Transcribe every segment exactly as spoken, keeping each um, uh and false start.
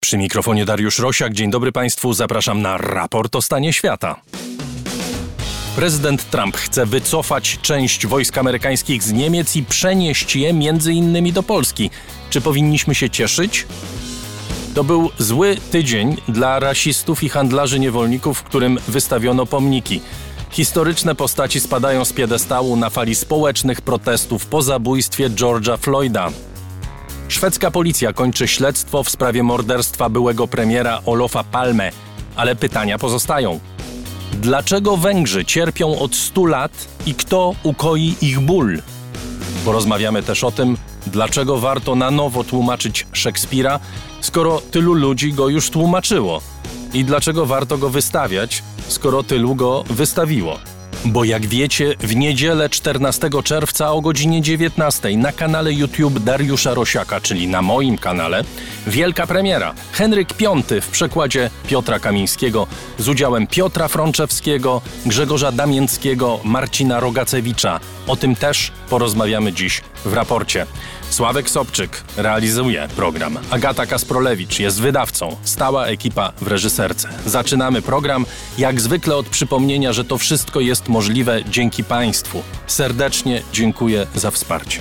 Przy mikrofonie Dariusz Rosiak. Dzień dobry Państwu. Zapraszam na raport o stanie świata. Prezydent Trump chce wycofać część wojsk amerykańskich z Niemiec i przenieść je między innymi do Polski. Czy powinniśmy się cieszyć? To był zły tydzień dla rasistów i handlarzy niewolników, którym wystawiono pomniki. Historyczne postaci spadają z piedestału na fali społecznych protestów po zabójstwie George'a Floyda. Szwedzka policja kończy śledztwo w sprawie morderstwa byłego premiera Olofa Palme, ale pytania pozostają. Dlaczego Węgrzy cierpią od stu lat i kto ukoi ich ból? Porozmawiamy też o tym, dlaczego warto na nowo tłumaczyć Szekspira, skoro tylu ludzi go już tłumaczyło. I dlaczego warto go wystawiać, skoro tylu go wystawiło. Bo jak wiecie, w niedzielę czternastego czerwca o godzinie dziewiętnastej na kanale YouTube Dariusza Rosiaka, czyli na moim kanale, wielka premiera. Henryk Piąty w przekładzie Piotra Kamińskiego z udziałem Piotra Frączewskiego, Grzegorza Damięckiego, Marcina Rogacewicza. O tym też porozmawiamy dziś w raporcie. Sławek Sobczyk realizuje program. Agata Kasprolewicz jest wydawcą. Stała ekipa w reżyserce. Zaczynamy program jak zwykle od przypomnienia, że to wszystko jest możliwe dzięki Państwu. Serdecznie dziękuję za wsparcie.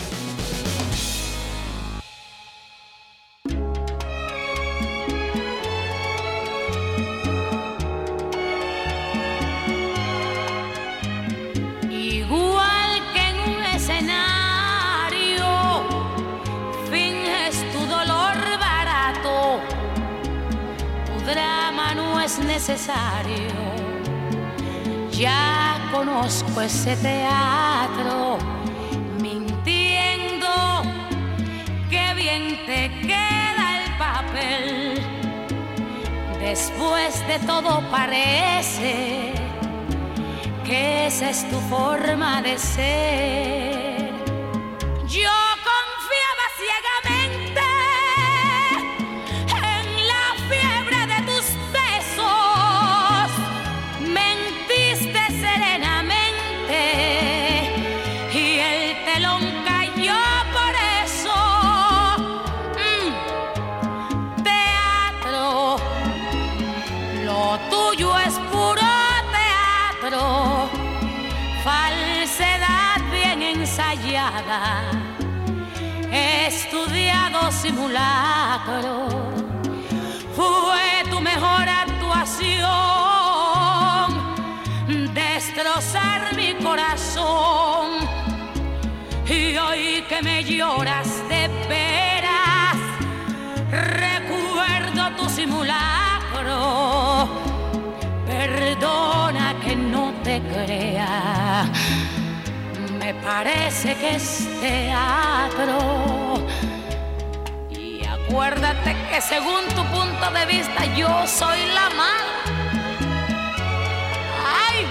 Necesario. Ya conozco ese teatro, mintiendo, que bien te queda el papel. Después de todo parece que esa es tu forma de ser. Yo confiaba ciegamente en la fiebre de tus besos, mentiste serenamente y el telón cayó por eso. Mm. Teatro, lo tuyo es puro teatro, falsedad bien ensayada, estudiado simulacro. Fue tu mejor actuación, destrozar mi corazón. Y hoy que me lloras de veras, recuerdo tu simulacro. Perdona que no te crea, me parece que es teatro. Y acuérdate que según tu punto de vista yo soy la mala. ¡Ay!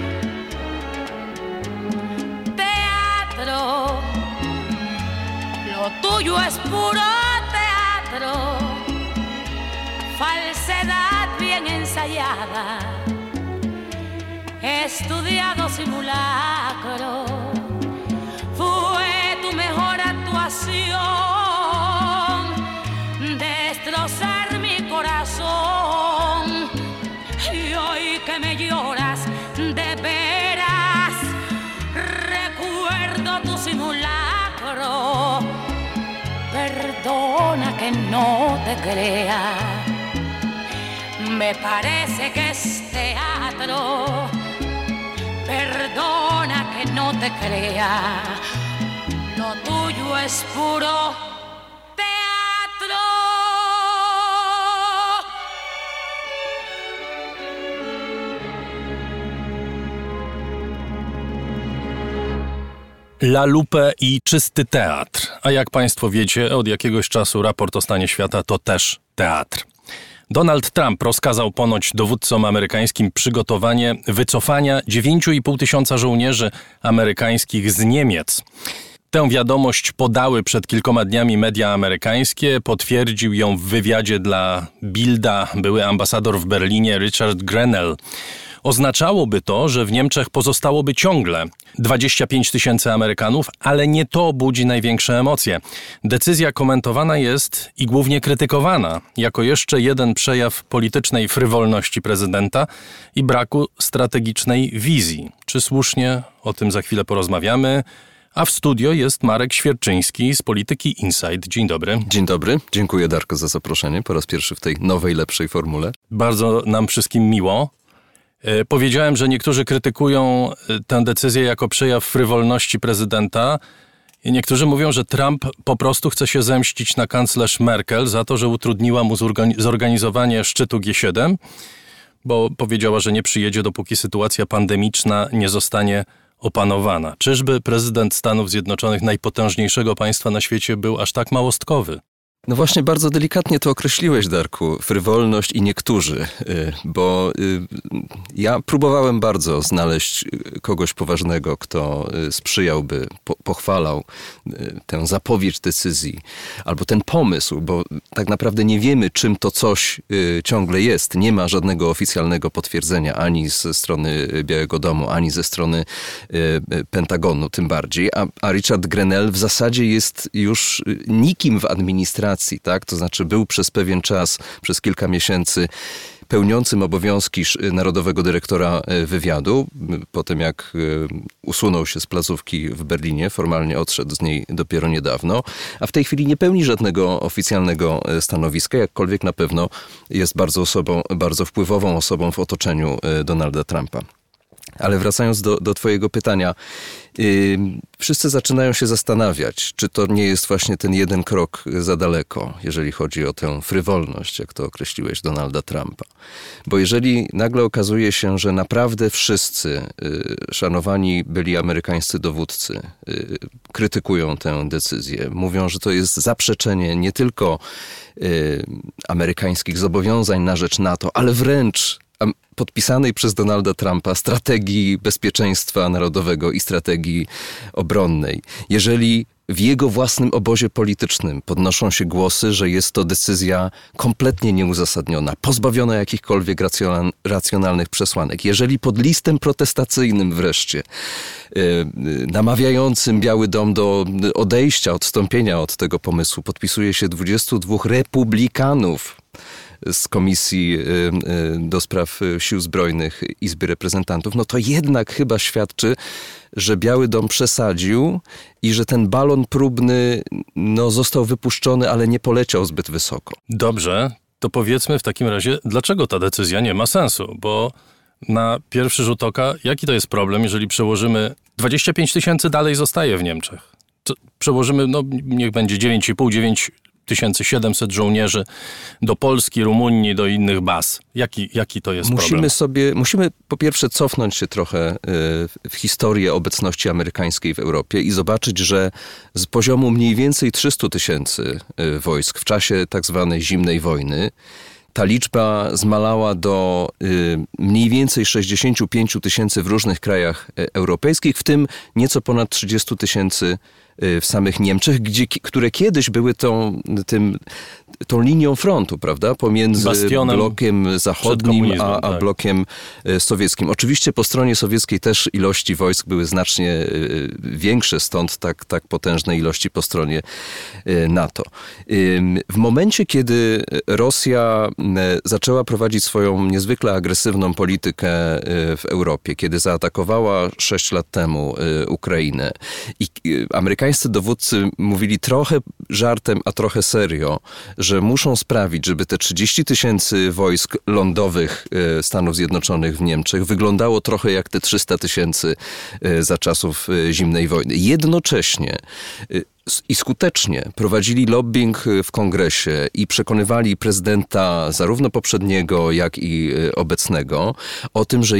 Teatro, lo tuyo es puro teatro, falsedad bien ensayada, estudiado simulacro. Fue tu mejor actuación, destrozar mi corazón. Y hoy que me lloras de veras, recuerdo tu simulacro. Perdona que no te crea, me parece que es teatro. Perdona que no te crea, lo tuyo es puro teatro. La Lupe i czysty teatr. A jak Państwo wiecie, od jakiegoś czasu raport o stanie świata to też teatr. Donald Trump rozkazał ponoć dowódcom amerykańskim przygotowanie wycofania dziewięć i pół tysiąca żołnierzy amerykańskich z Niemiec. Tę wiadomość podały przed kilkoma dniami media amerykańskie. Potwierdził ją w wywiadzie dla Bilda były ambasador w Berlinie Richard Grenell. Oznaczałoby to, że w Niemczech pozostałoby ciągle dwadzieścia pięć tysięcy Amerykanów, ale nie to budzi największe emocje. Decyzja komentowana jest i głównie krytykowana jako jeszcze jeden przejaw politycznej frywolności prezydenta i braku strategicznej wizji. Czy słusznie? O tym za chwilę porozmawiamy. A w studio jest Marek Świerczyński z Polityki Insight. Dzień dobry. Dzień dobry. Dziękuję, Darko, za zaproszenie. Po raz pierwszy w tej nowej, lepszej formule. Bardzo nam wszystkim miło. E, powiedziałem, że niektórzy krytykują tę decyzję jako przejaw frywolności prezydenta. I niektórzy mówią, że Trump po prostu chce się zemścić na kanclerz Merkel za to, że utrudniła mu zorgani- zorganizowanie szczytu G siedem, bo powiedziała, że nie przyjedzie, dopóki sytuacja pandemiczna nie zostanie opanowana. Czyżby prezydent Stanów Zjednoczonych, najpotężniejszego państwa na świecie, był aż tak małostkowy? No właśnie, bardzo delikatnie to określiłeś, Darku. Frywolność i niektórzy. Bo ja próbowałem bardzo znaleźć kogoś poważnego, kto sprzyjałby, po, pochwalał tę zapowiedź decyzji, albo ten pomysł, bo tak naprawdę nie wiemy, czym to coś ciągle jest. Nie ma żadnego oficjalnego potwierdzenia ani ze strony Białego Domu, ani ze strony Pentagonu, tym bardziej. A, a Richard Grenell w zasadzie jest już nikim w administracji. Tak? To znaczy był przez pewien czas, przez kilka miesięcy pełniącym obowiązki Narodowego Dyrektora Wywiadu. Potem jak usunął się z placówki w Berlinie, formalnie odszedł z niej dopiero niedawno, a w tej chwili nie pełni żadnego oficjalnego stanowiska, jakkolwiek na pewno jest bardzo osobą, bardzo wpływową osobą w otoczeniu Donalda Trumpa. Ale wracając do, do twojego pytania, yy, wszyscy zaczynają się zastanawiać, czy to nie jest właśnie ten jeden krok za daleko, jeżeli chodzi o tę frywolność, jak to określiłeś, Donalda Trumpa. Bo jeżeli nagle okazuje się, że naprawdę wszyscy yy, szanowani byli amerykańscy dowódcy yy, krytykują tę decyzję, mówią, że to jest zaprzeczenie nie tylko yy, amerykańskich zobowiązań na rzecz NATO, ale wręcz podpisanej przez Donalda Trumpa strategii bezpieczeństwa narodowego i strategii obronnej. Jeżeli w jego własnym obozie politycznym podnoszą się głosy, że jest to decyzja kompletnie nieuzasadniona, pozbawiona jakichkolwiek racjon- racjonalnych przesłanek. Jeżeli pod listem protestacyjnym wreszcie, yy, namawiającym Biały Dom do odejścia, odstąpienia od tego pomysłu, podpisuje się dwudziestu dwóch republikanów z Komisji do Spraw Sił Zbrojnych Izby Reprezentantów, no to jednak chyba świadczy, że Biały Dom przesadził i że ten balon próbny no, został wypuszczony, ale nie poleciał zbyt wysoko. Dobrze, to powiedzmy w takim razie, dlaczego ta decyzja nie ma sensu, bo na pierwszy rzut oka, jaki to jest problem, jeżeli przełożymy dwadzieścia pięć tysięcy dalej zostaje w Niemczech. To przełożymy, no niech będzie dziewięć i pół, dziewięć tysięcy siedemset żołnierzy do Polski, Rumunii, do innych baz. Jaki, jaki to jest musimy problem? Sobie, musimy po pierwsze cofnąć się trochę w historię obecności amerykańskiej w Europie i zobaczyć, że z poziomu mniej więcej trzystu tysięcy wojsk w czasie tak zwanej zimnej wojny ta liczba zmalała do y, mniej więcej sześćdziesiąt pięć tysięcy w różnych krajach europejskich, w tym nieco ponad trzydzieści tysięcy w samych Niemczech, gdzie, które kiedyś były tą, tym, tą linią frontu, prawda, pomiędzy Bastionem blokiem zachodnim a, a tak. blokiem sowieckim. Oczywiście po stronie sowieckiej też ilości wojsk były znacznie większe, stąd tak, tak potężne ilości po stronie NATO. W momencie, kiedy Rosja zaczęła prowadzić swoją niezwykle agresywną politykę w Europie, kiedy zaatakowała sześć lat temu Ukrainę i Amerykanie Amerykańscy dowódcy mówili trochę żartem, a trochę serio, że muszą sprawić, żeby te trzydzieści tysięcy wojsk lądowych Stanów Zjednoczonych w Niemczech wyglądało trochę jak te trzysta tysięcy za czasów zimnej wojny. Jednocześnie i skutecznie prowadzili lobbying w kongresie i przekonywali prezydenta zarówno poprzedniego, jak i obecnego o tym, że jest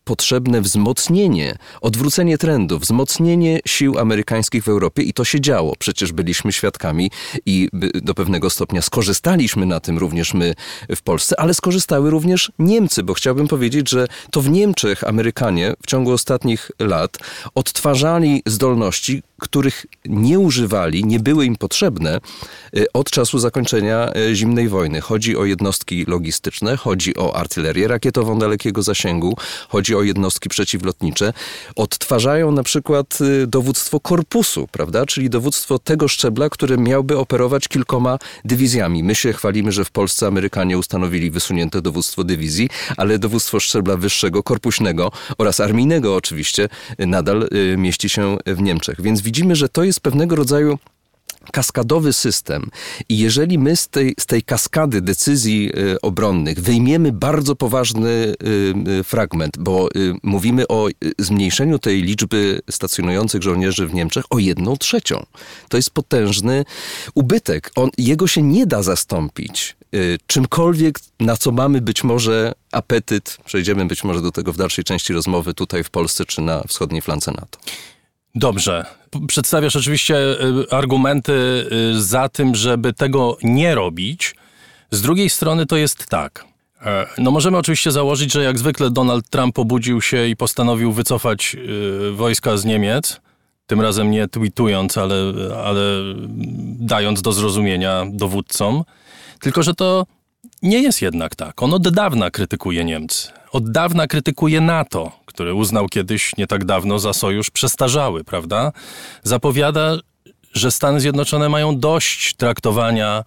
potrzebne wzmocnienie, odwrócenie trendu, wzmocnienie sił amerykańskich w Europie i to się działo. Przecież byliśmy świadkami i do pewnego stopnia skorzystaliśmy na tym również my w Polsce, ale skorzystały również Niemcy, bo chciałbym powiedzieć, że to w Niemczech Amerykanie w ciągu ostatnich lat odtwarzali zdolności, których nie używali, nie były im potrzebne od czasu zakończenia zimnej wojny. Chodzi o jednostki logistyczne, chodzi o artylerię rakietową dalekiego zasięgu, chodzi o jednostki przeciwlotnicze. Odtwarzają na przykład dowództwo korpusu, prawda? Czyli dowództwo tego szczebla, które miałby operować kilkoma dywizjami. My się chwalimy, że w Polsce Amerykanie ustanowili wysunięte dowództwo dywizji, ale dowództwo szczebla wyższego, korpuśnego oraz armijnego oczywiście nadal mieści się w Niemczech. Więc widzimy, że to jest pewnego rodzaju kaskadowy system i jeżeli my z tej, z tej kaskady decyzji y, obronnych wyjmiemy bardzo poważny y, y, fragment, bo y, mówimy o y, zmniejszeniu tej liczby stacjonujących żołnierzy w Niemczech o jedną trzecią. To jest potężny ubytek. On, jego się nie da zastąpić y, czymkolwiek, na co mamy być może apetyt. Przejdziemy być może do tego w dalszej części rozmowy tutaj w Polsce czy na wschodniej flance NATO. Dobrze. Przedstawiasz oczywiście argumenty za tym, żeby tego nie robić. Z drugiej strony to jest tak. No możemy oczywiście założyć, że jak zwykle Donald Trump obudził się i postanowił wycofać wojska z Niemiec, tym razem nie tweetując, ale, ale dając do zrozumienia dowódcom. Tylko że to nie jest jednak tak. On od dawna krytykuje Niemcy. Od dawna krytykuje NATO, który uznał kiedyś nie tak dawno za sojusz przestarzały, prawda? Zapowiada, że Stany Zjednoczone mają dość traktowania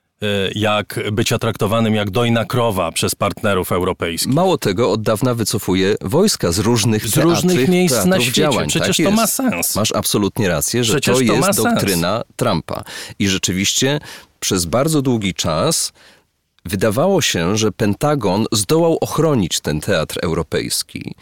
jak bycia traktowanym jak dojna krowa przez partnerów europejskich. Mało tego, od dawna wycofuje wojska z różnych z różnych miejsc na świecie. Działań. Przecież tak to jest. ma sens. Masz absolutnie rację, że Przecież to, to jest ma doktryna sens. Trumpa. I rzeczywiście przez bardzo długi czas wydawało się, że Pentagon zdołał ochronić ten teatr europejski,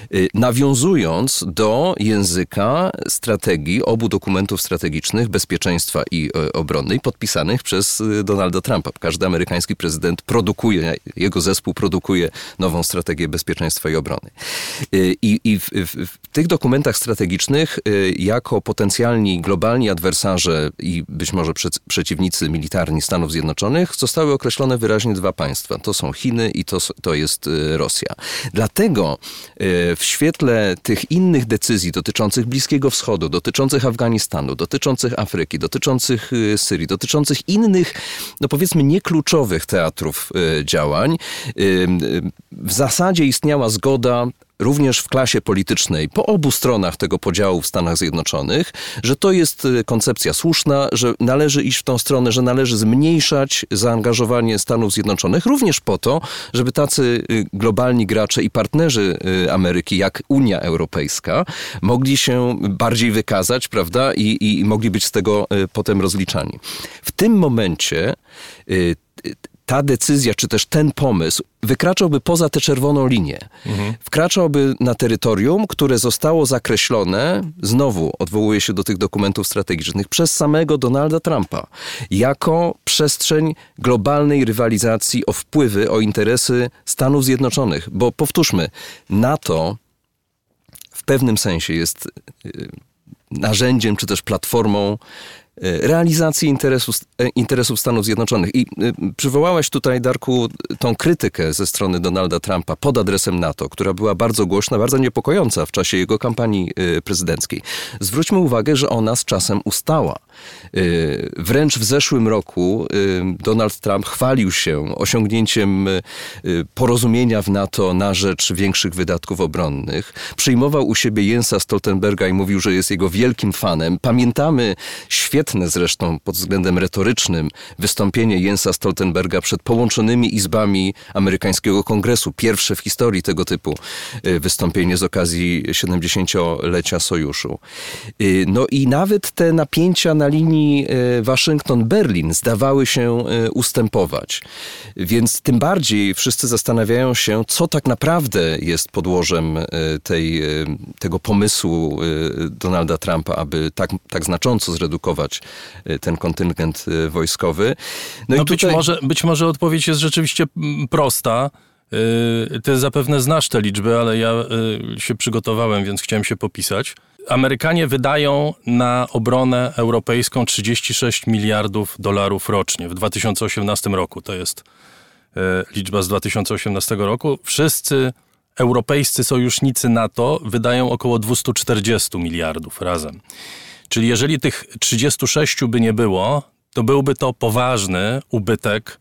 nawiązując do języka strategii obu dokumentów strategicznych bezpieczeństwa i obrony podpisanych przez Donalda Trumpa. Każdy amerykański prezydent produkuje, jego zespół produkuje nową strategię bezpieczeństwa i obrony. I, i w, w, w tych dokumentach strategicznych jako potencjalni globalni adwersarze i być może przed, przeciwnicy militarni Stanów Zjednoczonych zostały określone wyraźnie dwa państwa. To są Chiny i to, to jest Rosja. Dlatego w świetle tych innych decyzji dotyczących Bliskiego Wschodu, dotyczących Afganistanu, dotyczących Afryki, dotyczących Syrii, dotyczących innych, no powiedzmy niekluczowych teatrów działań, w zasadzie istniała zgoda również w klasie politycznej po obu stronach tego podziału w Stanach Zjednoczonych, że to jest koncepcja słuszna, że należy iść w tą stronę, że należy zmniejszać zaangażowanie Stanów Zjednoczonych, również po to, żeby tacy globalni gracze i partnerzy Ameryki, jak Unia Europejska, mogli się bardziej wykazać, prawda, i, i mogli być z tego potem rozliczani. W tym momencie ta decyzja, czy też ten pomysł wykraczałby poza tę czerwoną linię. Mhm. Wkraczałby na terytorium, które zostało zakreślone, znowu odwołuję się do tych dokumentów strategicznych, przez samego Donalda Trumpa, jako przestrzeń globalnej rywalizacji o wpływy, o interesy Stanów Zjednoczonych. Bo powtórzmy, NATO w pewnym sensie jest narzędziem, czy też platformą realizacji interesów, interesów Stanów Zjednoczonych. I przywołałeś tutaj, Darku, tą krytykę ze strony Donalda Trumpa pod adresem NATO, która była bardzo głośna, bardzo niepokojąca w czasie jego kampanii prezydenckiej. Zwróćmy uwagę, że ona z czasem ustała. Wręcz w zeszłym roku Donald Trump chwalił się osiągnięciem porozumienia w NATO na rzecz większych wydatków obronnych. Przyjmował u siebie Jensa Stoltenberga i mówił, że jest jego wielkim fanem. Pamiętamy świetnie Świetne zresztą pod względem retorycznym wystąpienie Jensa Stoltenberga przed połączonymi izbami amerykańskiego kongresu. Pierwsze w historii tego typu wystąpienie z okazji siedemdziesięciolecia sojuszu. No i nawet te napięcia na linii Waszyngton-Berlin zdawały się ustępować. Więc tym bardziej wszyscy zastanawiają się, co tak naprawdę jest podłożem tej, tego pomysłu Donalda Trumpa, aby tak, tak znacząco zredukować ten kontyngent wojskowy. No, no i tutaj... być, może, być może odpowiedź jest rzeczywiście prosta. Ty zapewne znasz te liczby, ale ja się przygotowałem, więc chciałem się popisać. Amerykanie wydają na obronę europejską trzydzieści sześć miliardów dolarów rocznie w dwa tysiące osiemnastym roku. To jest liczba z dwa tysiące osiemnastego roku. Wszyscy europejscy sojusznicy NATO wydają około dwieście czterdzieści miliardów razem. Czyli jeżeli tych trzydziestu sześciu by nie było, to byłby to poważny ubytek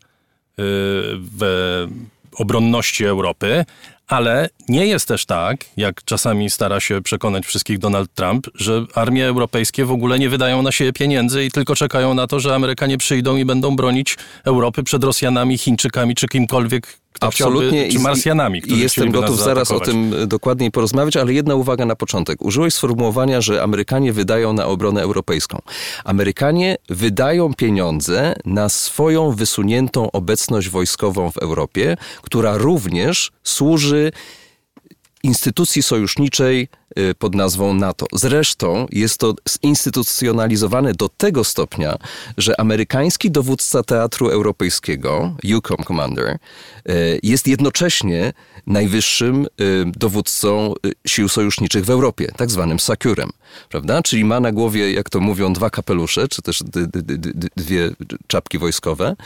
w obronności Europy, ale nie jest też tak, jak czasami stara się przekonać wszystkich Donald Trump, że armie europejskie w ogóle nie wydają na siebie pieniędzy i tylko czekają na to, że Amerykanie przyjdą i będą bronić Europy przed Rosjanami, Chińczykami czy kimkolwiek, kto Absolutnie. chciałby, czy Marsjanami, którzy Jestem gotów nas zaraz o tym dokładniej porozmawiać, ale jedna uwaga na początek. Użyłeś sformułowania, że Amerykanie wydają na obronę europejską. Amerykanie wydają pieniądze na swoją wysuniętą obecność wojskową w Europie, która również służy instytucji sojuszniczej pod nazwą NATO. Zresztą jest to zinstytucjonalizowane do tego stopnia, że amerykański dowódca Teatru Europejskiego, E U C O M Commander, jest jednocześnie najwyższym dowódcą sił sojuszniczych w Europie, tak zwanym SACEURem, prawda? Czyli ma na głowie, jak to mówią, dwa kapelusze, czy też d- d- d- dwie czapki wojskowe.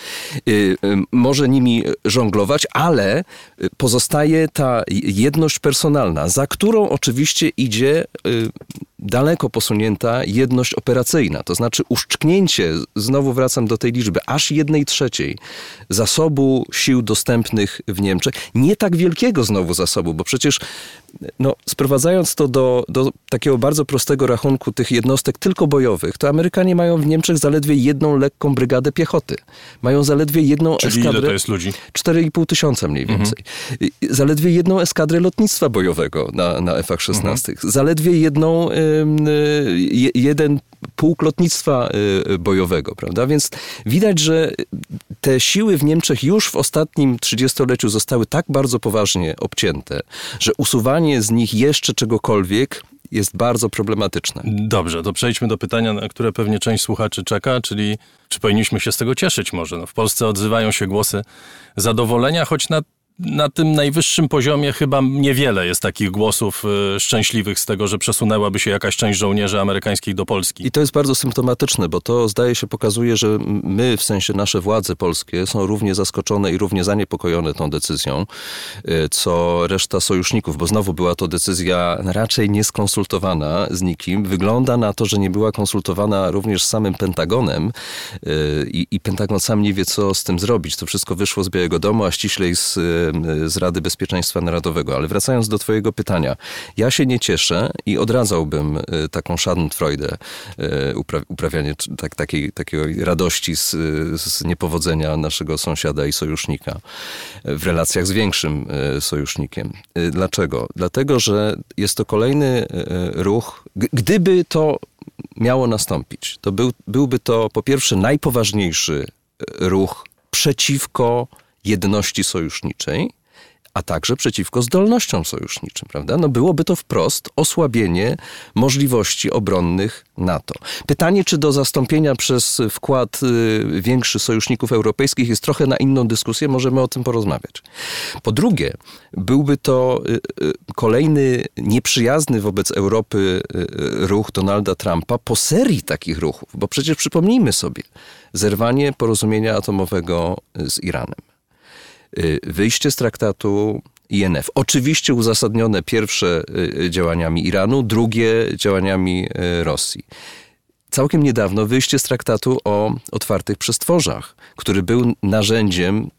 Może nimi żonglować, ale pozostaje ta jedność personalna, za którą oczywiście idzie y, daleko posunięta jedność operacyjna. To znaczy uszczknięcie, znowu wracam do tej liczby, aż jednej trzeciej zasobu sił dostępnych w Niemczech. Nie tak wielkiego znowu zasobu, bo przecież no, sprowadzając to do, do takiego bardzo prostego rachunku tych jednostek tylko bojowych, to Amerykanie mają w Niemczech zaledwie jedną lekką brygadę piechoty. Mają zaledwie jedną Czyli eskadrę... ile to jest ludzi? cztery i pół tysiąca mniej więcej. Mhm. Zaledwie jedną eskadrę lotnictwa bojowego na, na F szesnaście. Mhm. Zaledwie jedną, y, y, jeden pułk lotnictwa y, bojowego, prawda? Więc widać, że te siły w Niemczech już w ostatnim trzydziestoleciu zostały tak bardzo poważnie obcięte, że usuwanie z nich jeszcze czegokolwiek jest bardzo problematyczne. Dobrze, to przejdźmy do pytania, na które pewnie część słuchaczy czeka, czyli czy powinniśmy się z tego cieszyć może? No, w Polsce odzywają się głosy zadowolenia, choć na Na tym najwyższym poziomie chyba niewiele jest takich głosów y, szczęśliwych z tego, że przesunęłaby się jakaś część żołnierzy amerykańskich do Polski. I to jest bardzo symptomatyczne, bo to zdaje się pokazuje, że my, w sensie nasze władze polskie, są równie zaskoczone i równie zaniepokojone tą decyzją, y, co reszta sojuszników, bo znowu była to decyzja raczej nieskonsultowana z nikim. Wygląda na to, że nie była konsultowana również z samym Pentagonem y, i, i Pentagon sam nie wie, co z tym zrobić. To wszystko wyszło z Białego Domu, a ściślej z z Rady Bezpieczeństwa Narodowego. Ale wracając do twojego pytania, ja się nie cieszę i odradzałbym taką schadenfreude, upra- uprawianie tak, takiej, takiej radości z, z niepowodzenia naszego sąsiada i sojusznika w relacjach z większym sojusznikiem. Dlaczego? Dlatego, że jest to kolejny ruch, g- gdyby to miało nastąpić, to był, byłby to po pierwsze najpoważniejszy ruch przeciwko jedności sojuszniczej, a także przeciwko zdolnościom sojuszniczym, prawda? No byłoby to wprost osłabienie możliwości obronnych NATO. Pytanie, czy do zastąpienia przez wkład y, większy sojuszników europejskich jest trochę na inną dyskusję, możemy o tym porozmawiać. Po drugie, byłby to y, y, kolejny nieprzyjazny wobec Europy y, ruch Donalda Trumpa po serii takich ruchów, bo przecież przypomnijmy sobie, zerwanie porozumienia atomowego z Iranem. Wyjście z traktatu I N F. Oczywiście uzasadnione pierwsze działaniami Iranu, drugie działaniami Rosji. Całkiem niedawno wyjście z traktatu o otwartych przestworzach, który był narzędziem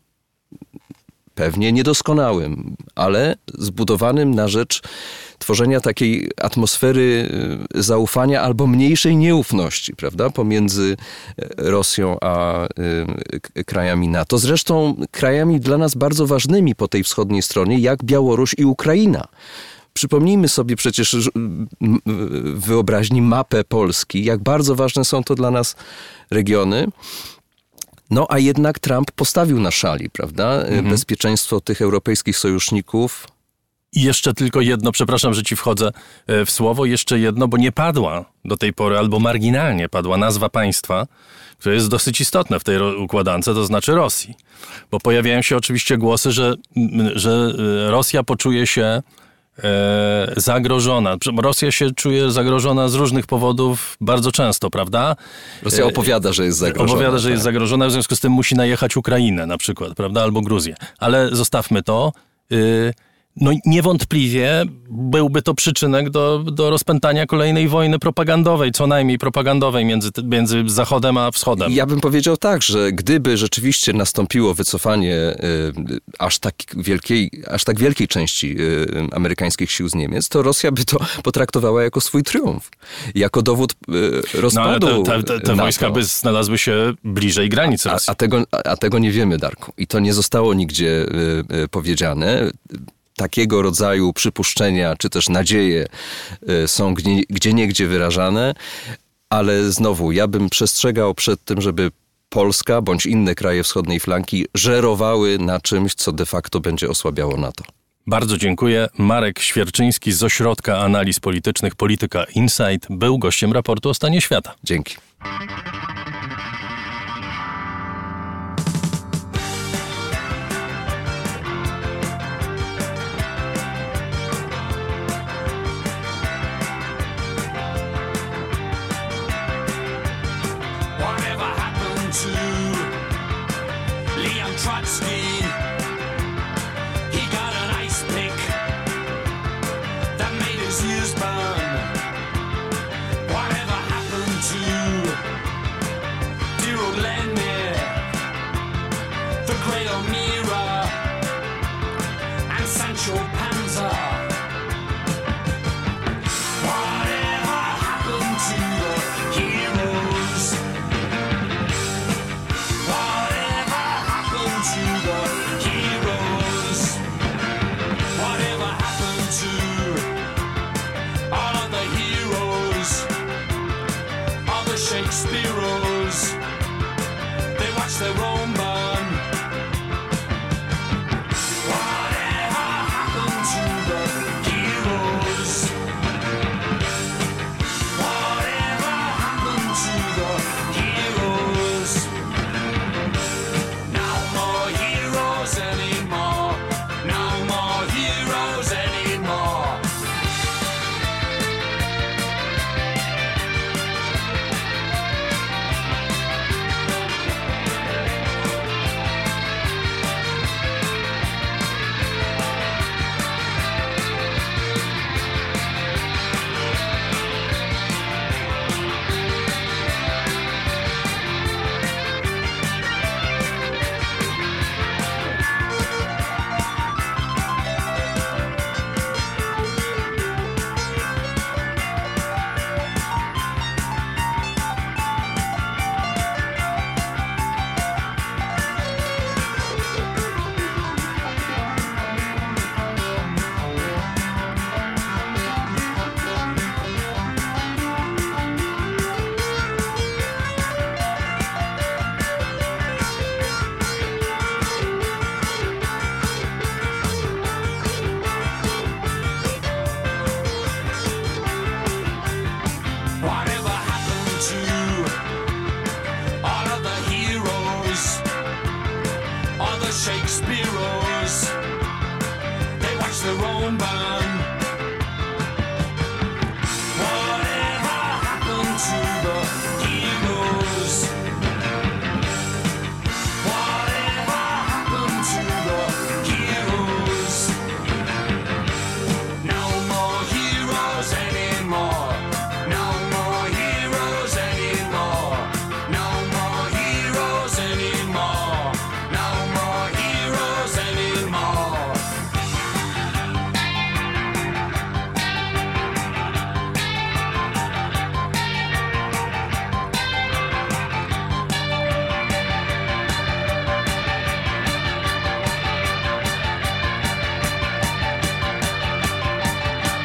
pewnie niedoskonałym, ale zbudowanym na rzecz tworzenia takiej atmosfery zaufania albo mniejszej nieufności, prawda, pomiędzy Rosją a y, krajami NATO. Zresztą krajami dla nas bardzo ważnymi po tej wschodniej stronie, jak Białoruś i Ukraina. Przypomnijmy sobie przecież w wyobraźni mapę Polski, jak bardzo ważne są to dla nas regiony. No a jednak Trump postawił na szali, prawda? Mhm. Bezpieczeństwo tych europejskich sojuszników I jeszcze tylko jedno, przepraszam, że ci wchodzę w słowo, jeszcze jedno, bo nie padła do tej pory, albo marginalnie padła nazwa państwa, które jest dosyć istotne w tej układance, to znaczy Rosji. Bo pojawiają się oczywiście głosy, że, że Rosja poczuje się e, zagrożona. Rosja się czuje zagrożona z różnych powodów bardzo często, prawda? Rosja opowiada, że jest zagrożona. Opowiada, że tak. jest zagrożona, w związku z tym musi najechać Ukrainę na przykład, prawda? Albo Gruzję. Ale zostawmy to. Y, No niewątpliwie byłby to przyczynek do, do rozpętania kolejnej wojny propagandowej, co najmniej propagandowej między, między Zachodem a Wschodem. Ja bym powiedział tak, że gdyby rzeczywiście nastąpiło wycofanie y, aż, tak wielkiej, aż tak wielkiej części y, amerykańskich sił z Niemiec, to Rosja by to potraktowała jako swój triumf. Jako dowód y, rozpadu No ale te, te, te wojska by znalazły się bliżej granic Rosji. A, a, tego, a, a tego nie wiemy, Darku. I to nie zostało nigdzie y, y, powiedziane. Takiego rodzaju przypuszczenia, czy też nadzieje są gdzie, gdzieniegdzie wyrażane, ale znowu ja bym przestrzegał przed tym, żeby Polska bądź inne kraje wschodniej flanki żerowały na czymś, co de facto będzie osłabiało NATO. Bardzo dziękuję. Marek Świerczyński z Ośrodka Analiz Politycznych Polityka Insight był gościem raportu o stanie świata. Dzięki.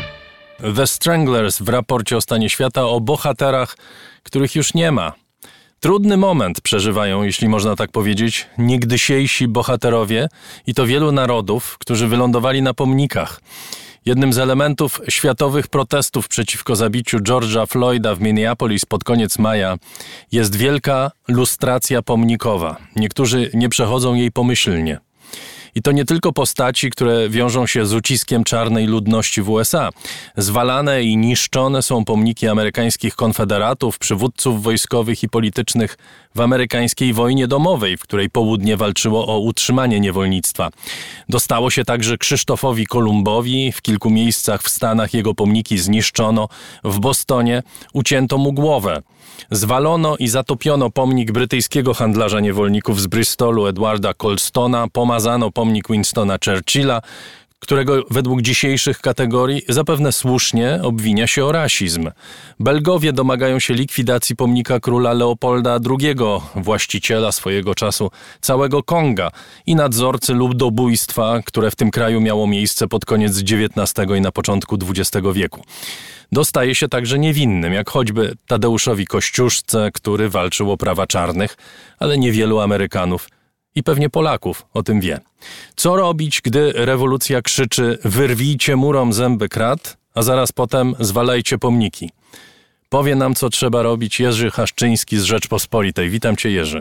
The Stranglers w raporcie o stanie świata o bohaterach, których już nie ma. Trudny moment przeżywają, jeśli można tak powiedzieć, niegdysiejsi bohaterowie i to wielu narodów, którzy wylądowali na pomnikach. Jednym z elementów światowych protestów przeciwko zabiciu George'a Floyda w Minneapolis pod koniec maja jest wielka lustracja pomnikowa. Niektórzy nie przechodzą jej pomyślnie. I to nie tylko postaci, które wiążą się z uciskiem czarnej ludności w U S A. Zwalane i niszczone są pomniki amerykańskich konfederatów, przywódców wojskowych i politycznych w amerykańskiej wojnie domowej, w której południe walczyło o utrzymanie niewolnictwa. Dostało się także Krzysztofowi Kolumbowi. W kilku miejscach w Stanach jego pomniki zniszczono. W Bostonie ucięto mu głowę. Zwalono i zatopiono pomnik brytyjskiego handlarza niewolników z Bristolu Edwarda Colstona, pomazano pomnik Winstona Churchilla, którego według dzisiejszych kategorii zapewne słusznie obwinia się o rasizm. Belgowie domagają się likwidacji pomnika króla Leopolda drugiego, właściciela swojego czasu całego Konga i nadzorcy ludobójstwa, które w tym kraju miało miejsce pod koniec dziewiętnastego i na początku dwudziestego wieku. Dostaje się także niewinnym, jak choćby Tadeuszowi Kościuszce, który walczył o prawa czarnych, ale niewielu Amerykanów i pewnie Polaków o tym wie. Co robić, gdy rewolucja krzyczy: wyrwijcie murom zęby krat, a zaraz potem zwalajcie pomniki? Powie nam, co trzeba robić Jerzy Haszczyński z Rzeczpospolitej. Witam cię, Jerzy.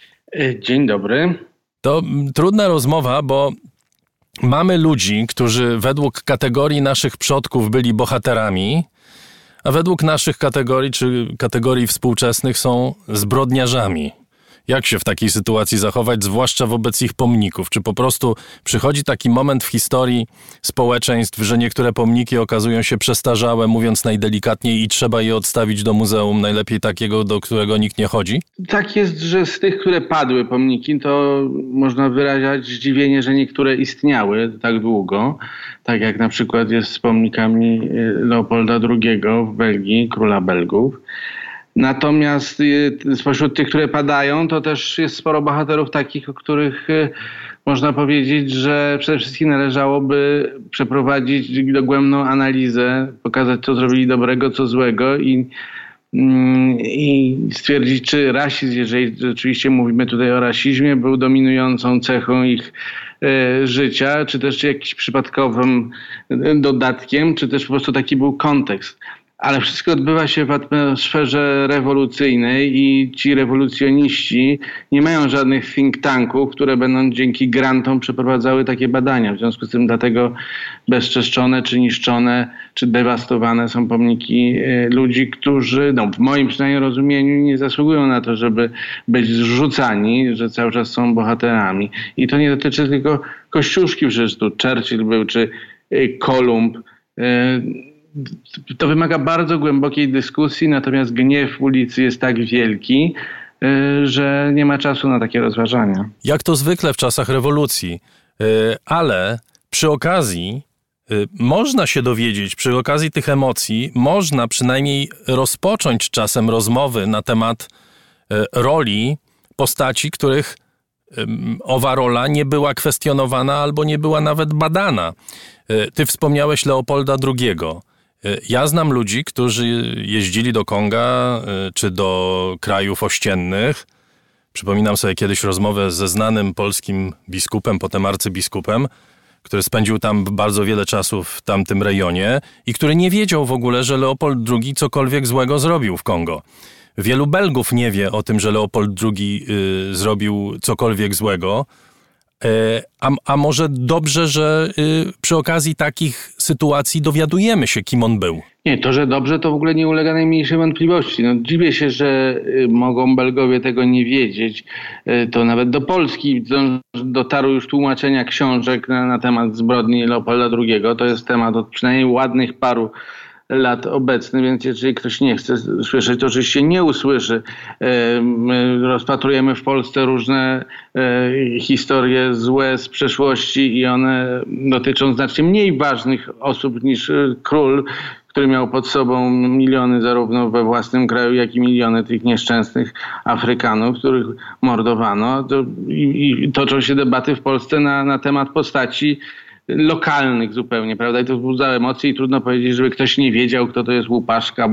Dzień dobry. To trudna rozmowa, bo mamy ludzi, którzy według kategorii naszych przodków byli bohaterami, a według naszych kategorii, czy kategorii współczesnych, są zbrodniarzami. Jak się w takiej sytuacji zachować, zwłaszcza wobec ich pomników? Czy po prostu przychodzi taki moment w historii społeczeństw, że niektóre pomniki okazują się przestarzałe, mówiąc najdelikatniej, i trzeba je odstawić do muzeum, najlepiej takiego, do którego nikt nie chodzi? Tak jest, że z tych, które padły pomniki, to można wyrażać zdziwienie, że niektóre istniały tak długo. Tak jak na przykład jest z pomnikami Leopolda drugiego w Belgii, króla Belgów. Natomiast spośród tych, które padają, to też jest sporo bohaterów takich, o których można powiedzieć, że przede wszystkim należałoby przeprowadzić dogłębną analizę, pokazać, co zrobili dobrego, co złego i, i stwierdzić, czy rasizm, jeżeli rzeczywiście mówimy tutaj o rasizmie, był dominującą cechą ich życia, czy też jakimś przypadkowym dodatkiem, czy też po prostu taki był kontekst. Ale wszystko odbywa się w atmosferze rewolucyjnej i ci rewolucjoniści nie mają żadnych think tanków, które będą dzięki grantom przeprowadzały takie badania. W związku z tym dlatego bezczeszczone, czy niszczone, czy dewastowane są pomniki ludzi, którzy no, w moim przynajmniej rozumieniu nie zasługują na to, żeby być zrzucani, że cały czas są bohaterami. I to nie dotyczy tylko Kościuszki, przecież tu Churchill był, czy Kolumb. To wymaga bardzo głębokiej dyskusji, natomiast gniew ulicy jest tak wielki, że nie ma czasu na takie rozważania. Jak to zwykle w czasach rewolucji, ale przy okazji można się dowiedzieć, przy okazji tych emocji, można przynajmniej rozpocząć czasem rozmowy na temat roli postaci, których owa rola nie była kwestionowana albo nie była nawet badana. Ty wspomniałeś Leopolda drugiego. Ja znam ludzi, którzy jeździli do Konga czy do krajów ościennych. Przypominam sobie kiedyś rozmowę ze znanym polskim biskupem, potem arcybiskupem, który spędził tam bardzo wiele czasu w tamtym rejonie i który nie wiedział w ogóle, że Leopold drugi cokolwiek złego zrobił w Kongo. Wielu Belgów nie wie o tym, że Leopold drugi y, zrobił cokolwiek złego. A, a może dobrze, że y, przy okazji takich sytuacji dowiadujemy się, kim on był? Nie, to, że dobrze, to w ogóle nie ulega najmniejszej wątpliwości. No, dziwię się, że y, mogą Belgowie tego nie wiedzieć. Y, to nawet do Polski do, dotarły już tłumaczenia książek na, na temat zbrodni Leopolda drugiego. To jest temat od przynajmniej ładnych paru lat obecny, więc jeżeli ktoś nie chce słyszeć, to oczywiście nie usłyszy. My rozpatrujemy w Polsce różne historie złe z przeszłości i one dotyczą znacznie mniej ważnych osób niż król, który miał pod sobą miliony zarówno we własnym kraju, jak i miliony tych nieszczęsnych Afrykanów, których mordowano. To, i, i toczą się debaty w Polsce na, na temat postaci lokalnych zupełnie, prawda? I to wzbudza emocje i trudno powiedzieć, żeby ktoś nie wiedział, kto to jest Łupaszka,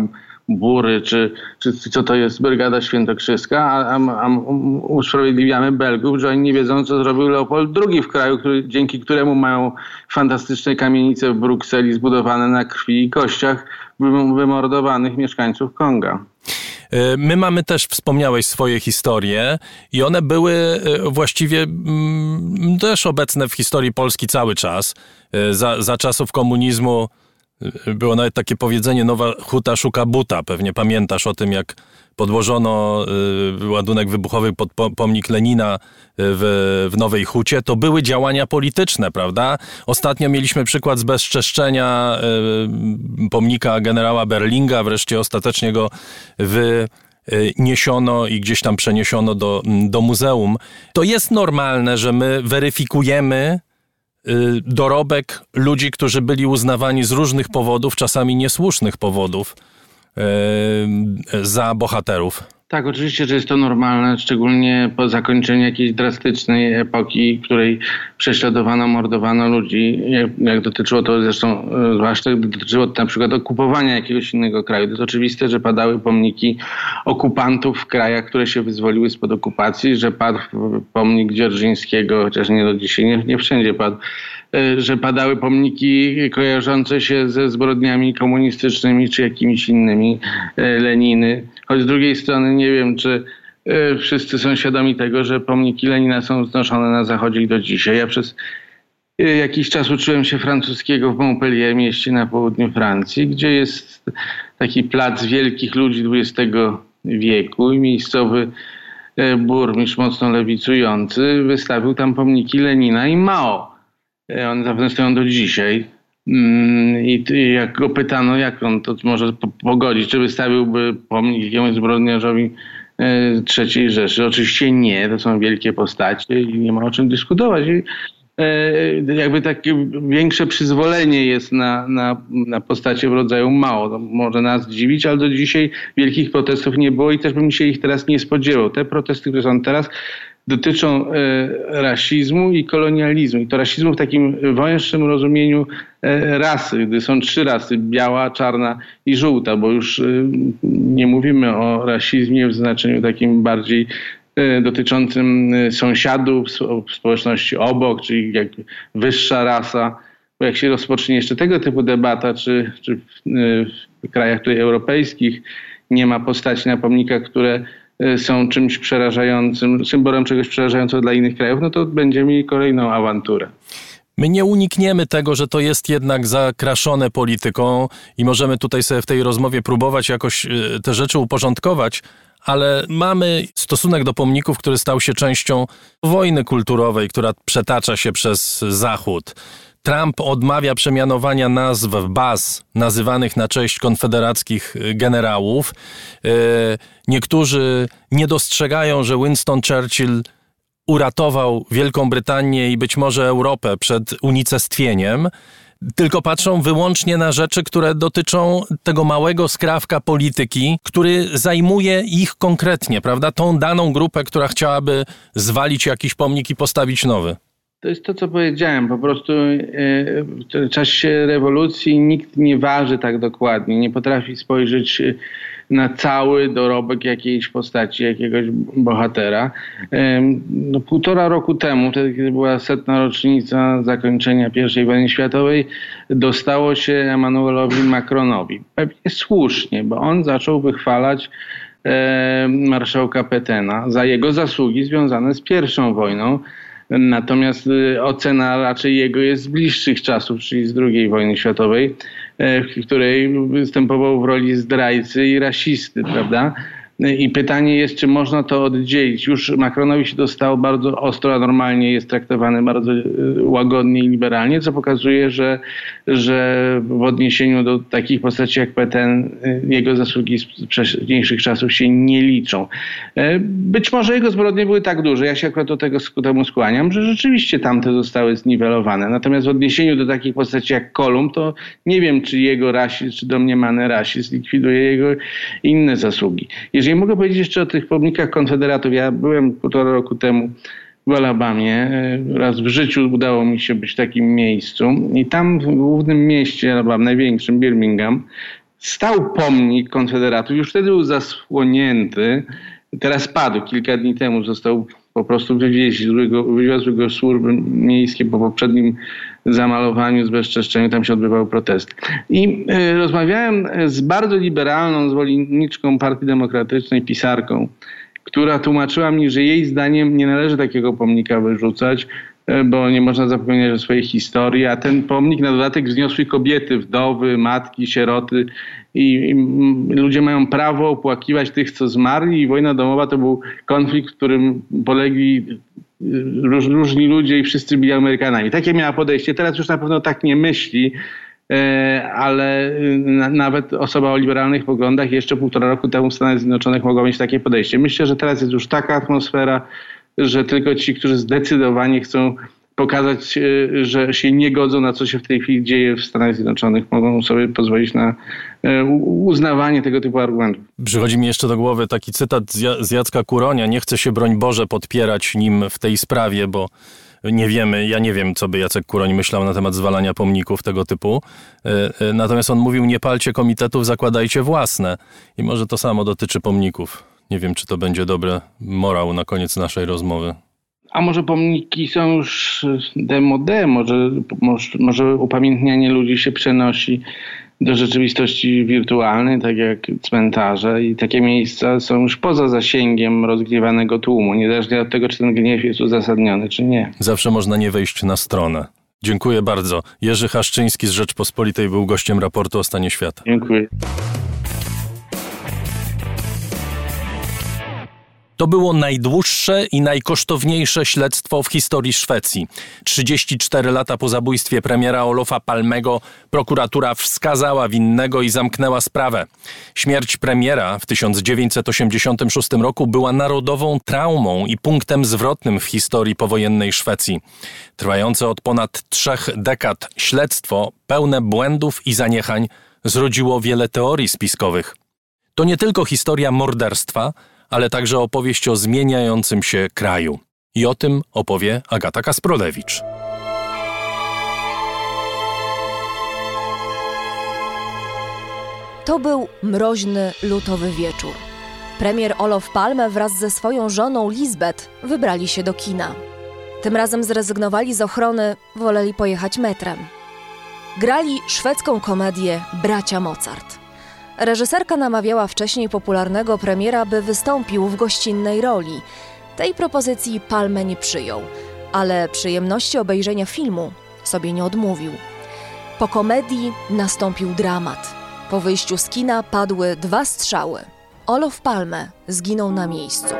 Bury, czy, czy co to jest Brygada Świętokrzyska, a, a, a usprawiedliwiamy Belgów, że oni nie wiedzą, co zrobił Leopold drugi w kraju, który, dzięki któremu mają fantastyczne kamienice w Brukseli zbudowane na krwi i kościach wymordowanych mieszkańców Konga. My mamy też, wspomniałeś, swoje historie i one były właściwie mm, też obecne w historii Polski cały czas. Za, za czasów komunizmu było nawet takie powiedzenie: nowa huta szuka buta. Pewnie pamiętasz o tym, jak podłożono y, ładunek wybuchowy pod po, pomnik Lenina w, w Nowej Hucie. To były działania polityczne, prawda? Ostatnio mieliśmy przykład zbezczeszczenia y, pomnika generała Berlinga. Wreszcie ostatecznie go wyniesiono i gdzieś tam przeniesiono do, do muzeum. To jest normalne, że my weryfikujemy dorobek ludzi, którzy byli uznawani z różnych powodów, czasami niesłusznych powodów, za bohaterów. Tak, oczywiście, że jest to normalne, szczególnie po zakończeniu jakiejś drastycznej epoki, w której prześladowano, mordowano ludzi, jak, jak dotyczyło to zresztą, zwłaszcza gdy dotyczyło to na przykład okupowania jakiegoś innego kraju. To jest oczywiste, że padały pomniki okupantów w krajach, które się wyzwoliły spod okupacji, że padł pomnik Dzierżyńskiego, chociaż nie do dzisiaj, nie, nie wszędzie padł, że padały pomniki kojarzące się ze zbrodniami komunistycznymi czy jakimiś innymi, Leniny. Choć z drugiej strony nie wiem, czy wszyscy są świadomi tego, że pomniki Lenina są wznoszone na zachodzie i do dzisiaj. Ja przez jakiś czas uczyłem się francuskiego w Montpellier, mieście na południu Francji, gdzie jest taki plac wielkich ludzi dwudziestego wieku i miejscowy burmistrz mocno lewicujący wystawił tam pomniki Lenina i Mao. One zapewne stoją do dzisiaj. I jak go pytano, jak on to może pogodzić, czy wystawiłby pomnik jakiemuś zbrodniarzowi trzeciej Rzeszy. Oczywiście nie, to są wielkie postacie i nie ma o czym dyskutować. I jakby takie większe przyzwolenie jest na, na, na postacie w rodzaju Mao. To może nas dziwić, ale do dzisiaj wielkich protestów nie było i też bym się ich teraz nie spodziewał. Te protesty, które są teraz, dotyczą e, rasizmu i kolonializmu. I to rasizmu w takim węższym rozumieniu e, rasy, gdy są trzy rasy, biała, czarna i żółta, bo już e, nie mówimy o rasizmie w znaczeniu takim bardziej e, dotyczącym sąsiadów, społeczności obok, czyli jak wyższa rasa. Bo jak się rozpocznie jeszcze tego typu debata, czy, czy w, w krajach tutaj europejskich nie ma postaci na pomnikach, które są czymś przerażającym, symbolem czegoś przerażającego dla innych krajów, no to będziemy mieli kolejną awanturę. My nie unikniemy tego, że to jest jednak zakraszone polityką i możemy tutaj sobie w tej rozmowie próbować jakoś te rzeczy uporządkować, ale mamy stosunek do pomników, który stał się częścią wojny kulturowej, która przetacza się przez Zachód. Trump odmawia przemianowania nazw baz nazywanych na cześć konfederackich generałów. Niektórzy nie dostrzegają, że Winston Churchill uratował Wielką Brytanię i być może Europę przed unicestwieniem, tylko patrzą wyłącznie na rzeczy, które dotyczą tego małego skrawka polityki, który zajmuje ich konkretnie, prawda? Tą daną grupę, która chciałaby zwalić jakiś pomnik i postawić nowy. To jest to, co powiedziałem. Po prostu w czasie rewolucji nikt nie waży tak dokładnie, nie potrafi spojrzeć na cały dorobek jakiejś postaci, jakiegoś bohatera. No, półtora roku temu, wtedy kiedy była setna rocznica zakończenia pierwszej wojny światowej, dostało się Emmanuelowi Macronowi. Pewnie słusznie, bo on zaczął wychwalać marszałka Pétaina za jego zasługi związane z pierwszą wojną. Natomiast ocena raczej jego jest z bliższych czasów, czyli z drugiej wojny światowej, w której występował w roli zdrajcy i rasisty, prawda? I pytanie jest, czy można to oddzielić. Już Macronowi się dostało bardzo ostro, a normalnie jest traktowany bardzo łagodnie i liberalnie, co pokazuje, że, że w odniesieniu do takich postaci jak Pétain jego zasługi z wcześniejszych czasów się nie liczą. Być może jego zbrodnie były tak duże, ja się akurat do tego ku temu skłaniam, że rzeczywiście tamte zostały zniwelowane. Natomiast w odniesieniu do takich postaci jak Kolumb, to nie wiem, czy jego rasizm, czy domniemany rasizm likwiduje jego inne zasługi. Jeżeli mogę powiedzieć jeszcze o tych pomnikach konfederatów. Ja byłem półtora roku temu w Alabamie. Raz w życiu udało mi się być w takim miejscu. I tam w głównym mieście Alabama, największym, Birmingham, stał pomnik konfederatów. Już wtedy był zasłonięty. Teraz padł. Kilka dni temu został po prostu wywiezły go, wywiozły go służby miejskie po poprzednim zamalowaniu, zbezczeszczeniu. Tam się odbywały protesty. I y, rozmawiałem z bardzo liberalną zwolenniczką Partii Demokratycznej, pisarką, która tłumaczyła mi, że jej zdaniem nie należy takiego pomnika wyrzucać, bo nie można zapominać o swojej historii, a ten pomnik na dodatek wzniosły kobiety, wdowy, matki, sieroty i, i ludzie mają prawo opłakiwać tych, co zmarli, i wojna domowa to był konflikt, w którym polegli róż, różni ludzie i wszyscy byli Amerykanami. Takie miała podejście. Teraz już na pewno tak nie myśli, ale nawet osoba o liberalnych poglądach jeszcze półtora roku temu w Stanach Zjednoczonych mogła mieć takie podejście. Myślę, że teraz jest już taka atmosfera, że tylko ci, którzy zdecydowanie chcą pokazać, że się nie godzą na co się w tej chwili dzieje w Stanach Zjednoczonych, mogą sobie pozwolić na uznawanie tego typu argumentów. Przychodzi mi jeszcze do głowy taki cytat z Jacka Kuronia. Nie chce się, broń Boże, podpierać nim w tej sprawie, bo nie wiemy, ja nie wiem, co by Jacek Kuroń myślał na temat zwalania pomników tego typu. Natomiast on mówił, nie palcie komitetów, zakładajcie własne. I może to samo dotyczy pomników. Nie wiem, czy to będzie dobry morał na koniec naszej rozmowy. A może pomniki są już demode, może, może, może upamiętnianie ludzi się przenosi do rzeczywistości wirtualnej, tak jak cmentarze, i takie miejsca są już poza zasięgiem rozgniewanego tłumu, niezależnie od tego, czy ten gniew jest uzasadniony, czy nie. Zawsze można nie wejść na stronę. Dziękuję bardzo. Jerzy Haszczyński z Rzeczpospolitej był gościem raportu o stanie świata. Dziękuję. To było najdłuższe i najkosztowniejsze śledztwo w historii Szwecji. trzydzieści cztery lata po zabójstwie premiera Olofa Palmego prokuratura wskazała winnego i zamknęła sprawę. Śmierć premiera w tysiąc dziewięćset osiemdziesiątym szóstym roku była narodową traumą i punktem zwrotnym w historii powojennej Szwecji. Trwające od ponad trzech dekad śledztwo, pełne błędów i zaniechań, zrodziło wiele teorii spiskowych. To nie tylko historia morderstwa, ale także opowieść o zmieniającym się kraju. I o tym opowie Agata Kasprolewicz. To był mroźny, lutowy wieczór. Premier Olof Palme wraz ze swoją żoną Lisbeth wybrali się do kina. Tym razem zrezygnowali z ochrony, woleli pojechać metrem. Grali szwedzką komedię Bracia Mozart. Reżyserka namawiała wcześniej popularnego premiera, by wystąpił w gościnnej roli. Tej propozycji Palme nie przyjął, ale przyjemności obejrzenia filmu sobie nie odmówił. Po komedii nastąpił dramat. Po wyjściu z kina padły dwa strzały. Olof Palme zginął na miejscu.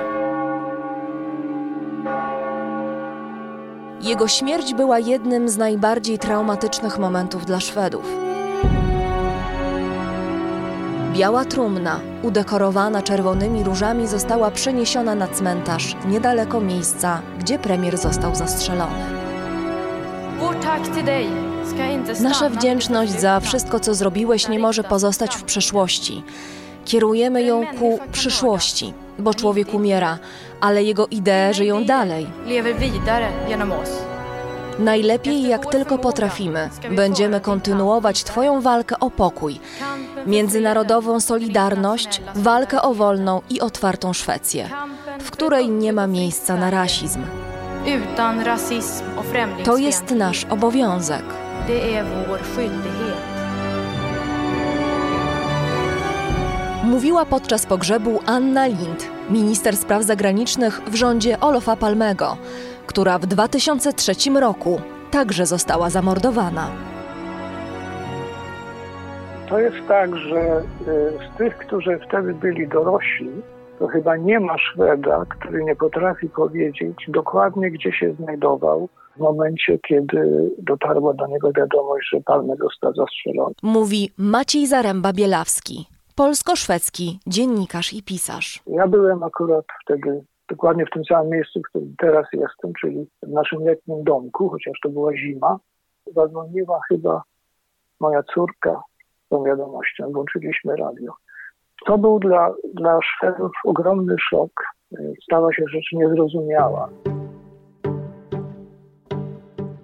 Jego śmierć była jednym z najbardziej traumatycznych momentów dla Szwedów. Biała trumna, udekorowana czerwonymi różami, została przeniesiona na cmentarz niedaleko miejsca, gdzie premier został zastrzelony. Nasza wdzięczność za wszystko, co zrobiłeś, nie może pozostać w przeszłości. Kierujemy ją ku przyszłości, bo człowiek umiera, ale jego idee żyją dalej. Najlepiej, jak tylko potrafimy, będziemy kontynuować Twoją walkę o pokój, międzynarodową solidarność, walkę o wolną i otwartą Szwecję, w której nie ma miejsca na rasizm. To jest nasz obowiązek. Mówiła podczas pogrzebu Anna Lindh, minister spraw zagranicznych w rządzie Olofa Palmego, która w dwa tysiące trzecim roku także została zamordowana. To jest tak, że z tych, którzy wtedy byli dorośli, to chyba nie ma Szweda, który nie potrafi powiedzieć dokładnie, gdzie się znajdował w momencie, kiedy dotarła do niego wiadomość, że Palme został zastrzelony. Mówi Maciej Zaręba-Bielawski, polsko-szwedzki dziennikarz i pisarz. Ja byłem akurat wtedy dokładnie w tym samym miejscu, w którym teraz jestem, czyli w naszym letnim domku, chociaż to była zima. Zadzwoniła chyba moja córka z tą wiadomością, włączyliśmy radio. To był dla, dla Szwedów ogromny szok. Stała się rzecz niezrozumiała.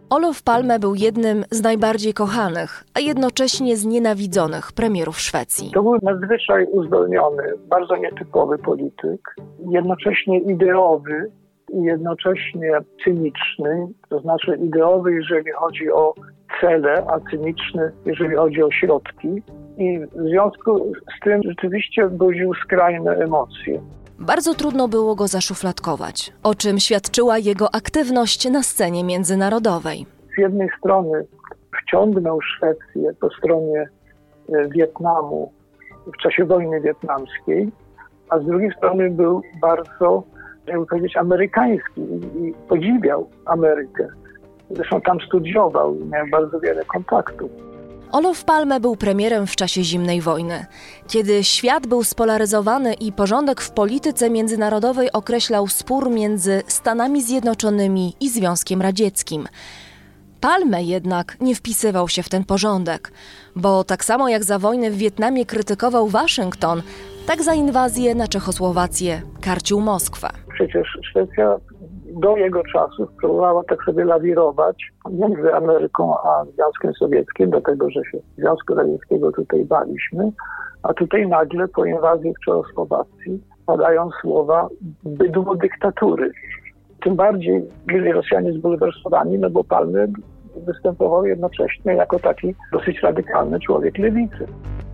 Olof Palme był jednym z najbardziej kochanych, a jednocześnie znienawidzonych premierów Szwecji. To był nadzwyczaj uzdolniony, bardzo nietypowy polityk, jednocześnie ideowy i jednocześnie cyniczny, to znaczy ideowy, jeżeli chodzi o cele, a cyniczny, jeżeli chodzi o środki. I w związku z tym rzeczywiście budził skrajne emocje. Bardzo trudno było go zaszufladkować, o czym świadczyła jego aktywność na scenie międzynarodowej. Z jednej strony wciągnął Szwecję po stronie Wietnamu w czasie wojny wietnamskiej, a z drugiej strony był bardzo, jakby powiedzieć, amerykański i podziwiał Amerykę. Zresztą tam studiował i miał bardzo wiele kontaktów. Olof Palme był premierem w czasie zimnej wojny, kiedy świat był spolaryzowany i porządek w polityce międzynarodowej określał spór między Stanami Zjednoczonymi i Związkiem Radzieckim. Palme jednak nie wpisywał się w ten porządek, bo tak samo jak za wojnę w Wietnamie krytykował Waszyngton, tak za inwazję na Czechosłowację karcił Moskwę. Przecież Szwecja do jego czasów próbowała tak sobie lawirować między Ameryką a Związkiem Sowieckim, dlatego że się Związku Radzieckiego tutaj baliśmy, a tutaj nagle po inwazji w Czechosłowacji padają słowa bydło dyktatury. Tym bardziej byli Rosjanie zbulwersowani, no bo Palme występował jednocześnie jako taki dosyć radykalny człowiek lewicy.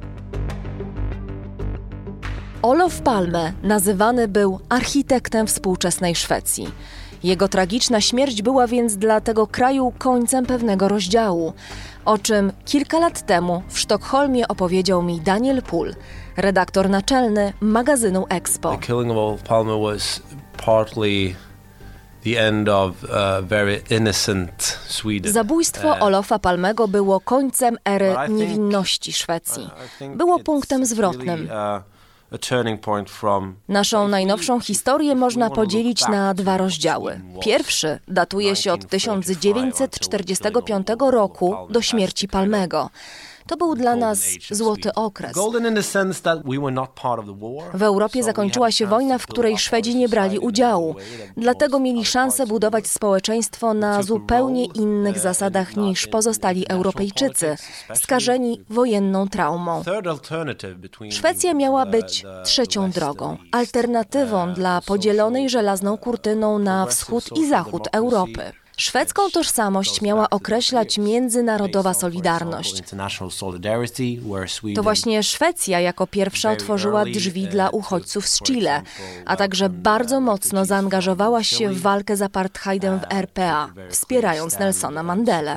Olof Palme nazywany był architektem współczesnej Szwecji. Jego tragiczna śmierć była więc dla tego kraju końcem pewnego rozdziału, o czym kilka lat temu w Sztokholmie opowiedział mi Daniel Puhl, redaktor naczelny magazynu Expo. The killing of Olof Palme was partly the end of uh, very innocent Sweden. Zabójstwo Olofa Palmego było końcem ery niewinności Szwecji. Było punktem zwrotnym. Naszą najnowszą historię można podzielić na dwa rozdziały. Pierwszy datuje się od tysiąc dziewięćset czterdziestego piątego roku do śmierci Palmego. To był dla nas złoty okres. W Europie zakończyła się wojna, w której Szwedzi nie brali udziału. Dlatego mieli szansę budować społeczeństwo na zupełnie innych zasadach niż pozostali Europejczycy, skażeni wojenną traumą. Szwecja miała być trzecią drogą, alternatywą dla podzielonej żelazną kurtyną na wschód i zachód Europy. Szwedzką tożsamość miała określać międzynarodowa solidarność. To właśnie Szwecja jako pierwsza otworzyła drzwi dla uchodźców z Chile, a także bardzo mocno zaangażowała się w walkę z apartheidem w R P A, wspierając Nelsona Mandelę.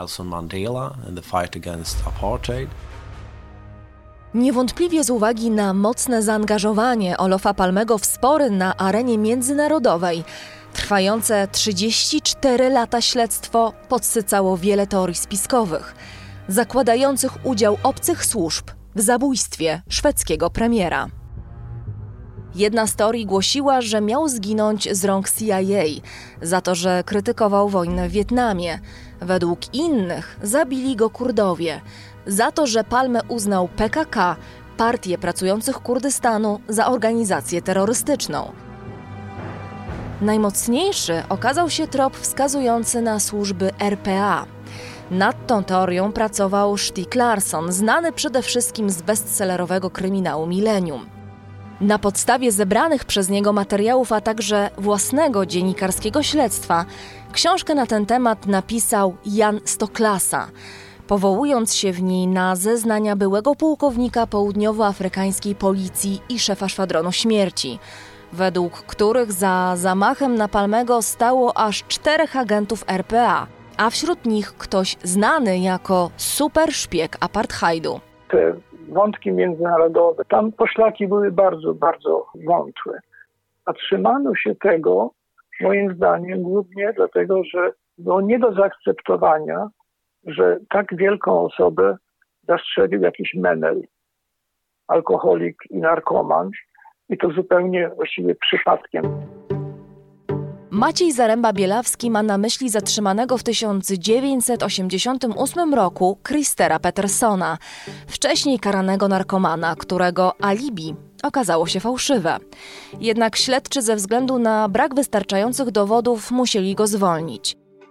Niewątpliwie z uwagi na mocne zaangażowanie Olofa Palmego w spory na arenie międzynarodowej, trwające trzydzieści cztery lata śledztwo podsycało wiele teorii spiskowych, zakładających udział obcych służb w zabójstwie szwedzkiego premiera. Jedna z teorii głosiła, że miał zginąć z rąk C I A za to, że krytykował wojnę w Wietnamie. Według innych zabili go Kurdowie za to, że Palme uznał P K K, Partię Pracujących Kurdystanu, za organizację terrorystyczną. Najmocniejszy okazał się trop wskazujący na służby R P A. Nad tą teorią pracował Stieg Larsson, znany przede wszystkim z bestsellerowego kryminału Millennium. Na podstawie zebranych przez niego materiałów, a także własnego dziennikarskiego śledztwa, książkę na ten temat napisał Jan Stoklasa, powołując się w niej na zeznania byłego pułkownika południowoafrykańskiej policji i szefa szwadronu śmierci, według których za zamachem na Palmego stało aż czterech agentów R P A, a wśród nich ktoś znany jako super szpieg apartheidu. Te wątki międzynarodowe, tam poszlaki były bardzo, bardzo wątłe. A trzymano się tego, moim zdaniem, głównie dlatego, że było nie do zaakceptowania, że tak wielką osobę zastrzelił jakiś menel, alkoholik i narkoman, i to zupełnie właściwie przypadkiem. Maciej Zaręba-Bielawski ma na myśli zatrzymanego w tysiąc dziewięćset osiemdziesiątym ósmym roku Christera Petersona, wcześniej karanego narkomana, którego alibi okazało się fałszywe. Jednak śledczy ze względu na brak wystarczających dowodów musieli go zwolnić.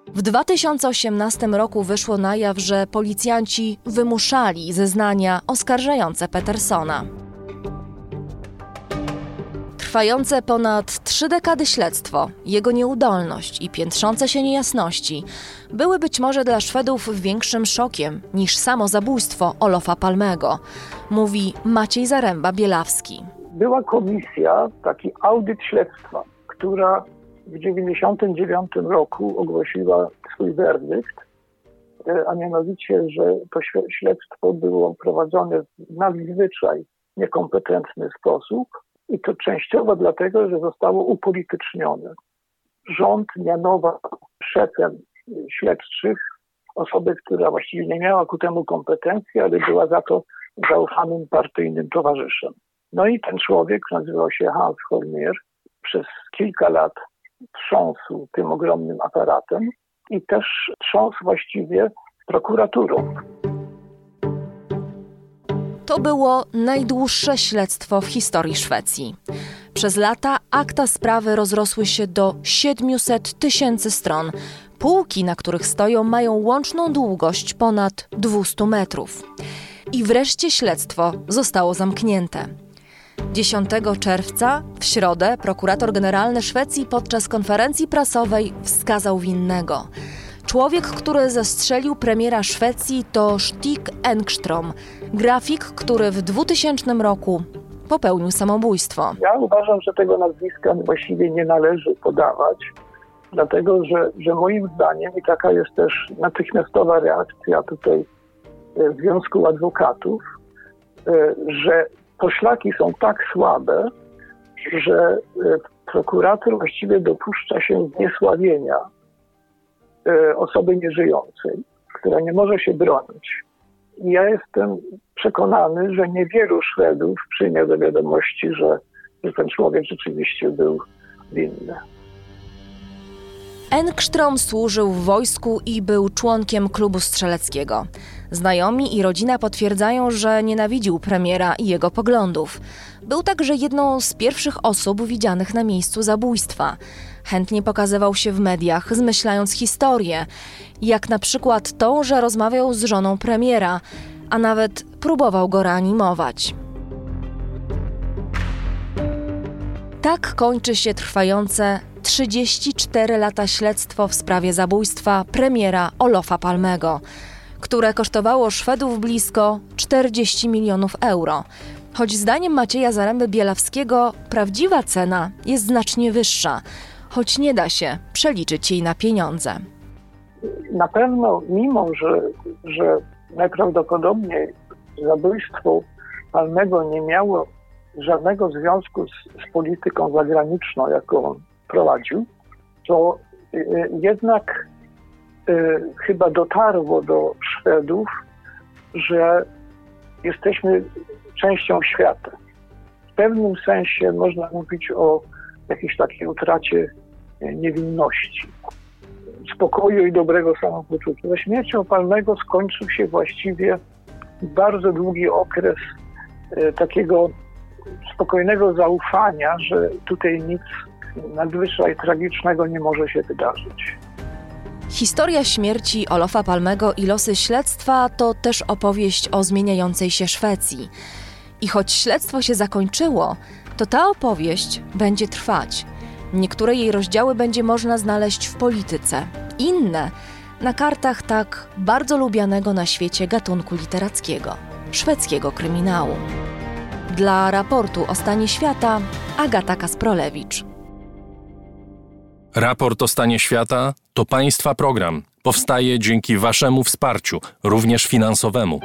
W dwa tysiące osiemnastym roku wyszło na jaw, że policjanci wymuszali zeznania oskarżające Petersona. Trwające ponad trzy dekady śledztwo, jego nieudolność i piętrzące się niejasności były być może dla Szwedów większym szokiem niż samo zabójstwo Olofa Palmego, mówi Maciej Zaręba-Bielawski. Była komisja, taki audyt śledztwa, która w dziewięćdziesiątym dziewiątym roku ogłosiła swój werdykt, a mianowicie, że to śledztwo było prowadzone w nadzwyczaj niekompetentny sposób i to częściowo dlatego, że zostało upolitycznione. Rząd mianował szefem śledczych osobę, która właściwie nie miała ku temu kompetencji, ale była za to zaufanym partyjnym towarzyszem. No i ten człowiek nazywał się Hans Holmér, przez kilka lat trząsł tym ogromnym aparatem i też trząsł właściwie prokuraturą. To było najdłuższe śledztwo w historii Szwecji. Przez lata akta sprawy rozrosły się do siedmiuset tysięcy stron. Półki, na których stoją, mają łączną długość ponad dwieście metrów. I wreszcie śledztwo zostało zamknięte. dziesiątego czerwca, w środę, prokurator generalny Szwecji podczas konferencji prasowej wskazał winnego. Człowiek, który zastrzelił premiera Szwecji, to Stig Engström, grafik, który w dwutysięcznym roku popełnił samobójstwo. Ja uważam, że tego nazwiska właściwie nie należy podawać, dlatego że, że moim zdaniem, i taka jest też natychmiastowa reakcja tutaj Związku Adwokatów, że poszlaki są tak słabe, że prokurator właściwie dopuszcza się zniesławienia osoby nieżyjącej, która nie może się bronić. I ja jestem przekonany, że niewielu Szwedów przyjmie do wiadomości, że, że ten człowiek rzeczywiście był winny. Engström służył w wojsku i był członkiem klubu strzeleckiego. Znajomi i rodzina potwierdzają, że nienawidził premiera i jego poglądów. Był także jedną z pierwszych osób widzianych na miejscu zabójstwa. Chętnie pokazywał się w mediach, zmyślając historię, jak na przykład tą, że rozmawiał z żoną premiera, a nawet próbował go reanimować. Tak kończy się trwające trzydzieści cztery lata śledztwo w sprawie zabójstwa premiera Olofa Palmego, które kosztowało Szwedów blisko czterdzieści milionów euro. Choć zdaniem Macieja Zaręby-Bielawskiego prawdziwa cena jest znacznie wyższa, choć nie da się przeliczyć jej na pieniądze. Na pewno, mimo że, że najprawdopodobniej zabójstwo Palmego nie miało żadnego związku z, z polityką zagraniczną, jaką on prowadził, to y, jednak y, chyba dotarło do Szwedów, że jesteśmy częścią świata. W pewnym sensie można mówić o jakiejś takiej utracie niewinności, spokoju i dobrego samopoczucia. Ze śmiercią Palmego skończył się właściwie bardzo długi okres y, takiego spokojnego zaufania, że tutaj nic nadzwyczaj tragicznego nie może się wydarzyć. Historia śmierci Olofa Palmego i losy śledztwa to też opowieść o zmieniającej się Szwecji. I choć śledztwo się zakończyło, to ta opowieść będzie trwać. Niektóre jej rozdziały będzie można znaleźć w polityce, inne na kartach tak bardzo lubianego na świecie gatunku literackiego – szwedzkiego kryminału. Dla raportu o stanie świata Agata Kasprolewicz. Raport o stanie świata to Państwa program. Powstaje dzięki Waszemu wsparciu, również finansowemu.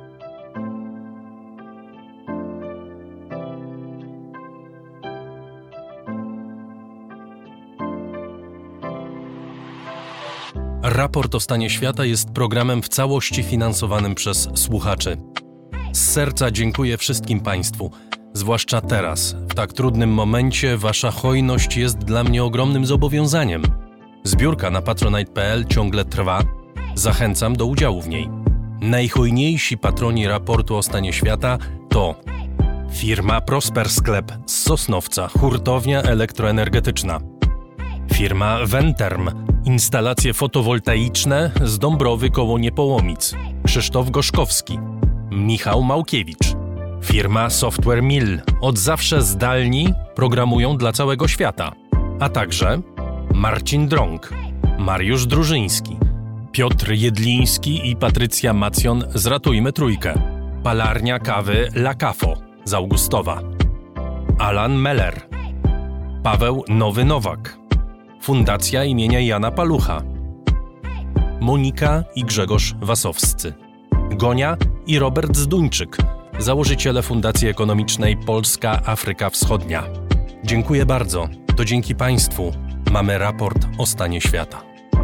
Raport o stanie świata jest programem w całości finansowanym przez słuchaczy. Z serca dziękuję wszystkim Państwu. Zwłaszcza teraz, w tak trudnym momencie, Wasza hojność jest dla mnie ogromnym zobowiązaniem. Zbiórka na patronite kropka p l ciągle trwa. Zachęcam do udziału w niej. Najhojniejsi patroni raportu o stanie świata to firma Prosper Sklep z Sosnowca, hurtownia elektroenergetyczna, firma Venterm, Instalacje fotowoltaiczne z Dąbrowy koło Niepołomic. Krzysztof Gorzkowski. Michał Małkiewicz. Firma Software Mill. Od zawsze zdalni programują dla całego świata. A także Marcin Drąg, Mariusz Drużyński, Piotr Jedliński i Patrycja Macjon z Ratujmy Trójkę. Palarnia kawy La Cafo z Augustowa. Alan Meller. Paweł Nowy-Nowak. Fundacja imienia Jana Palucha. Monika i Grzegorz Wasowscy. Gonia i Robert Zduńczyk, założyciele Fundacji Ekonomicznej Polska Afryka Wschodnia. Dziękuję bardzo. To dzięki Państwu mamy raport o stanie świata.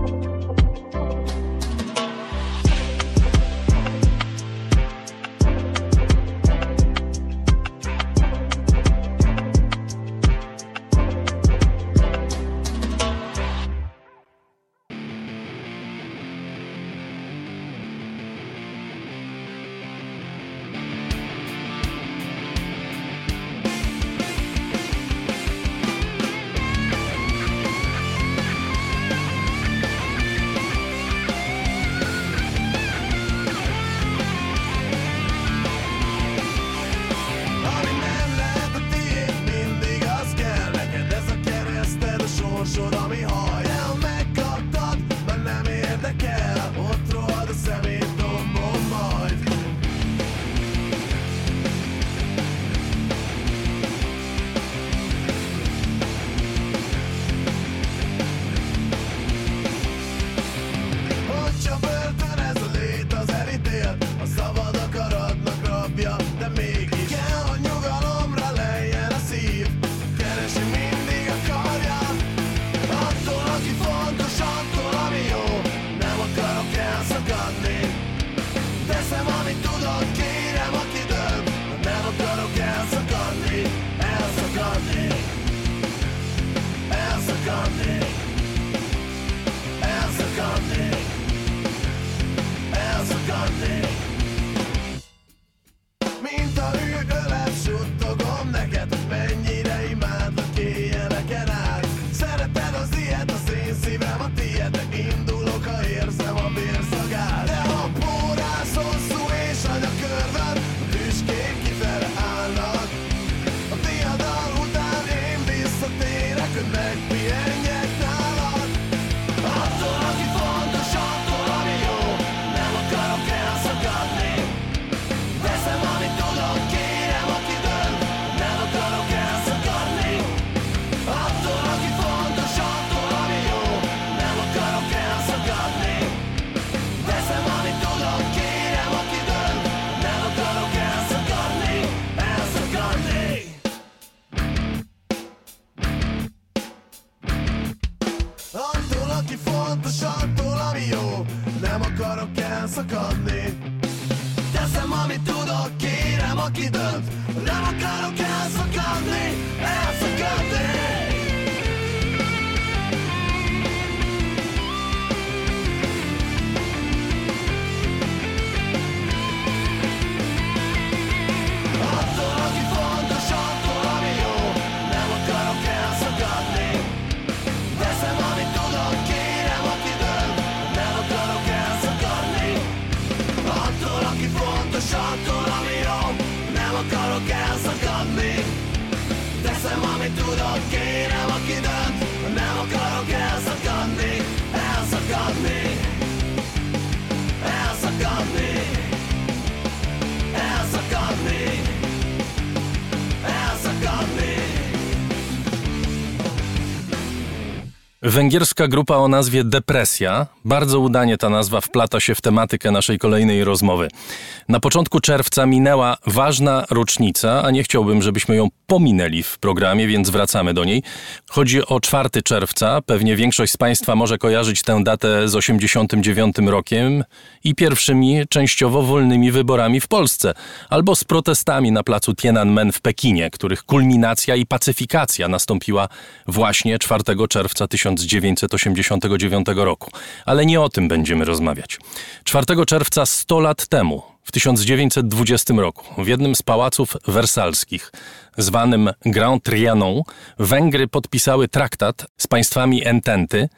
Węgierska grupa o nazwie Depresja. Bardzo udanie ta nazwa wplata się w tematykę naszej kolejnej rozmowy. Na początku czerwca minęła ważna rocznica, a nie chciałbym, żebyśmy ją pominęli w programie, więc wracamy do niej. Chodzi o czwartego czerwca. Pewnie większość z Państwa może kojarzyć tę datę z osiemdziesiątym dziewiątym rokiem i pierwszymi częściowo wolnymi wyborami w Polsce, albo z protestami na placu Tiananmen w Pekinie, których kulminacja i pacyfikacja nastąpiła właśnie czwartego czerwca tysiąc dziewięćset osiemdziesiątego dziewiątego roku. Ale nie o tym będziemy rozmawiać. czwartego czerwca sto lat temu, w tysiąc dziewięćset dwudziestym roku, w jednym z pałaców wersalskich, zwanym Grand Trianon, Węgry podpisały traktat z państwami Ententy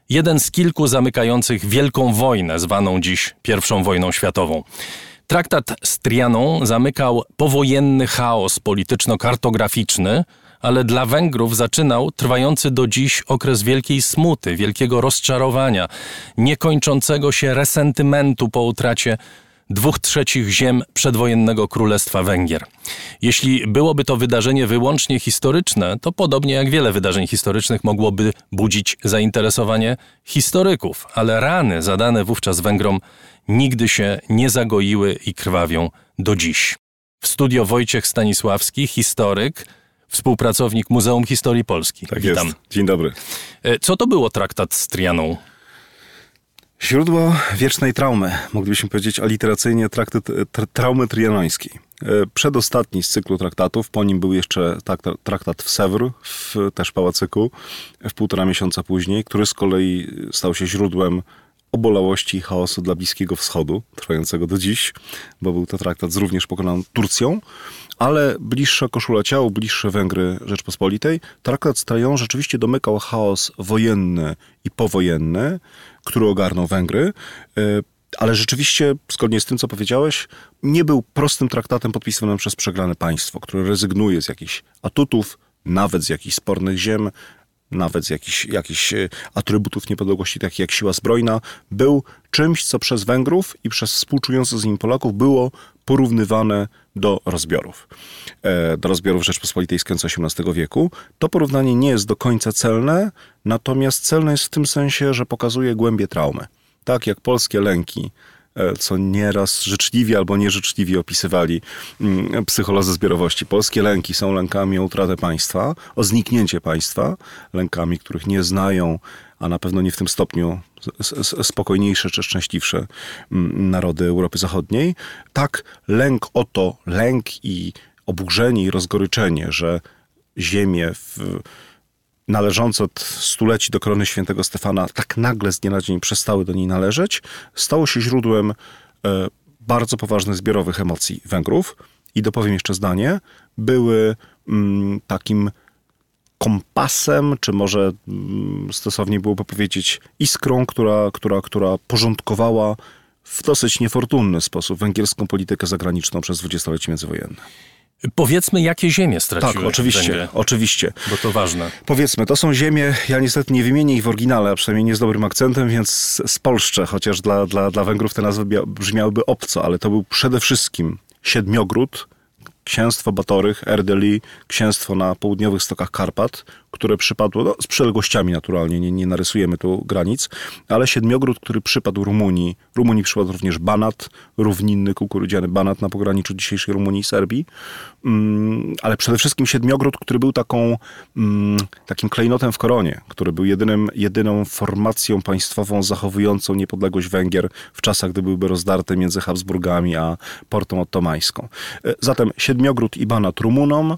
Jeden z kilku zamykających Wielką Wojnę, zwaną dziś pierwszą wojną światową. Traktat z Trianon zamykał powojenny chaos polityczno-kartograficzny, ale dla Węgrów zaczynał trwający do dziś okres wielkiej smuty, wielkiego rozczarowania, niekończącego się resentymentu po utracie dwóch trzecich ziem przedwojennego Królestwa Węgier. Jeśli byłoby to wydarzenie wyłącznie historyczne, to podobnie jak wiele wydarzeń historycznych mogłoby budzić zainteresowanie historyków, ale rany zadane wówczas Węgrom nigdy się nie zagoiły i krwawią do dziś. W studio Wojciech Stanisławski, historyk, współpracownik Muzeum Historii Polski. Tak Witam. jest. Dzień dobry. Co to było traktat z Trianon? Źródło wiecznej traumy, moglibyśmy powiedzieć aliteracyjnie traktat, tra, traumy trianońskiej. Przedostatni z cyklu traktatów, po nim był jeszcze traktat, traktat w Sèvres, w, też w Pałacyku, w półtora miesiąca później, który z kolei stał się źródłem obolałości i chaosu dla Bliskiego Wschodu, trwającego do dziś, bo był to traktat z również pokonaną Turcją, ale bliższa koszula ciału, bliższe Węgry Rzeczpospolitej. Traktat z Trianon rzeczywiście domykał chaos wojenny i powojenny, który ogarnął Węgry, ale rzeczywiście, zgodnie z tym, co powiedziałeś, nie był prostym traktatem podpisywanym przez przegrane państwo, które rezygnuje z jakichś atutów, nawet z jakichś spornych ziem, nawet z jakichś, jakichś atrybutów niepodległości, takich jak siła zbrojna, był czymś, co przez Węgrów i przez współczujących z nim Polaków było porównywane do rozbiorów. Do rozbiorów Rzeczpospolitej z końca osiemnastego wieku. To porównanie nie jest do końca celne, natomiast celne jest w tym sensie, że pokazuje głębię traumy. Tak jak polskie lęki, co nieraz życzliwie albo nieżyczliwie opisywali psycholodzy zbiorowości. Polskie lęki są lękami o utratę państwa, o zniknięcie państwa, lękami, których nie znają, a na pewno nie w tym stopniu spokojniejsze czy szczęśliwsze narody Europy Zachodniej. Tak lęk o to, lęk i oburzenie i rozgoryczenie, że ziemie w należące od stuleci do korony świętego Stefana tak nagle z dnia na dzień przestały do niej należeć, stało się źródłem e, bardzo poważnych zbiorowych emocji Węgrów. I dopowiem jeszcze zdanie, były mm, takim kompasem, czy może mm, stosownie byłoby powiedzieć iskrą, która, która, która porządkowała w dosyć niefortunny sposób węgierską politykę zagraniczną przez dwudziestolecie międzywojenne. Powiedzmy, jakie ziemie straciły Tak, oczywiście, Węgry, oczywiście. bo to ważne. Powiedzmy, to są ziemie, ja niestety nie wymienię ich w oryginale, a przynajmniej nie z dobrym akcentem, więc spolszczę, chociaż dla, dla, dla Węgrów te nazwy brzmiałyby obco, ale to był przede wszystkim Siedmiogród, księstwo Batorych, Erdeli, księstwo na południowych stokach Karpat, które przypadło, no, z przyległościami naturalnie, nie, nie narysujemy tu granic, ale Siedmiogród, który przypadł Rumunii. Rumunii przypadł również Banat, równinny kukurydziany Banat na pograniczu dzisiejszej Rumunii i Serbii, um, ale przede wszystkim Siedmiogród, który był taką, um, takim klejnotem w koronie, który był jedynym, jedyną formacją państwową zachowującą niepodległość Węgier w czasach, gdy byłyby rozdarte między Habsburgami a Portą Ottomańską. Zatem Siedmiogród i Banat Rumunom,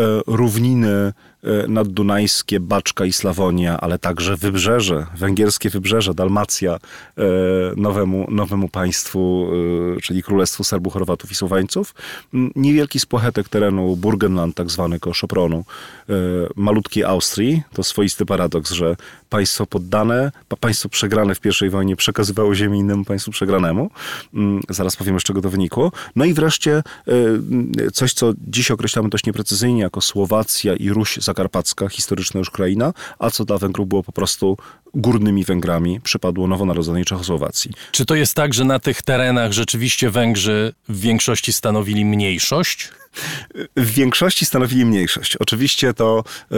równiny naddunajskie, Baczka i Slawonia, ale także wybrzeże, węgierskie wybrzeże, Dalmacja, nowemu, nowemu państwu, czyli Królestwu Serbów, Chorwatów i Słoweńców. Niewielki spłachetek terenu Burgenland, tak zwany koło Szopronu, malutkiej Austrii. To swoisty paradoks, że państwo poddane, państwo przegrane w pierwszej wojnie przekazywało ziemię innemu państwu przegranemu. Zaraz powiemy, z czego to wynikło. No i wreszcie coś, co dziś określamy dość nieprecyzyjnie jako Słowacja i Ruś Zakarpacka, historyczna już kraina, a co dla Węgrów było po prostu górnymi Węgrami, przypadło nowonarodzonej Czechosłowacji. Czy to jest tak, że na tych terenach rzeczywiście Węgrzy w większości stanowili mniejszość? W większości stanowili mniejszość. Oczywiście to yy,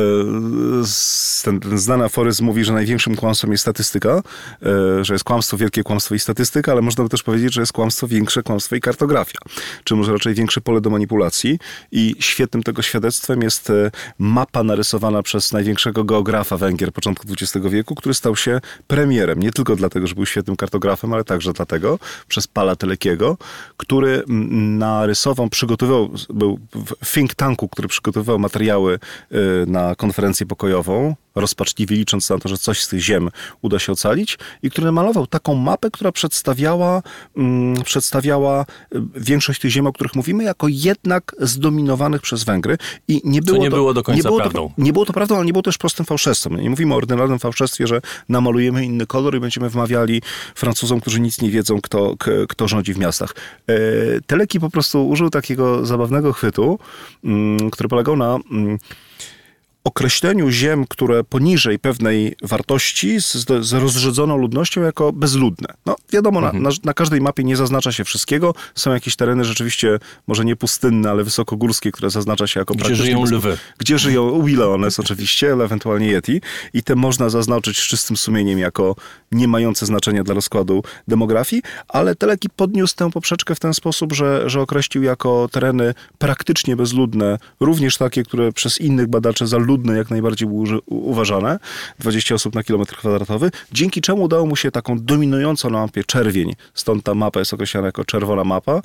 ten, ten znany aforyzm mówi, że największym kłamstwem jest statystyka, yy, że jest kłamstwo, wielkie kłamstwo i statystyka, ale można by też powiedzieć, że jest kłamstwo, większe kłamstwo i kartografia. Czy może raczej większe pole do manipulacji. I świetnym tego świadectwem jest mapa narysowana przez największego geografa Węgier początku dwudziestego wieku, który stał się premierem. Nie tylko dlatego, że był świetnym kartografem, ale także dlatego, przez Pala Telekiego, który narysował, przygotowywał, był w think tanku, który przygotowywał materiały na konferencję pokojową, rozpaczliwie licząc na to, że coś z tych ziem uda się ocalić, i który malował taką mapę, która przedstawiała, mm, przedstawiała większość tych ziem, o których mówimy, jako jednak zdominowanych przez Węgry. I nie było Co nie to, było do końca nie było prawdą. To, nie było to prawdą, ale nie było też prostym fałszerstwem. Nie mówimy o ordynarnym fałszerstwie, że namalujemy inny kolor i będziemy wmawiali Francuzom, którzy nic nie wiedzą, kto, k, kto rządzi w miastach. E, Teleki po prostu użył takiego zabawnego chwytu, mm, który polegał na mm, określeniu ziem, które poniżej pewnej wartości z, z rozrzedzoną ludnością jako bezludne. No wiadomo, mhm. na, na, na każdej mapie nie zaznacza się wszystkiego. Są jakieś tereny rzeczywiście, może nie pustynne, ale wysokogórskie, które zaznacza się jako gdzie żyją bezludne. lwy. Gdzie żyją Wileones oczywiście, ale ewentualnie Yeti. I te można zaznaczyć z czystym sumieniem jako nie mające znaczenia dla rozkładu demografii, ale Teleki podniósł tę poprzeczkę w ten sposób, że, że określił jako tereny praktycznie bezludne, również takie, które przez innych badaczy za ludne jak najbardziej były uważane, dwadzieścia osób na kilometr kwadratowy, dzięki czemu udało mu się taką dominującą na mapie czerwień, stąd ta mapa jest określana jako czerwona mapa,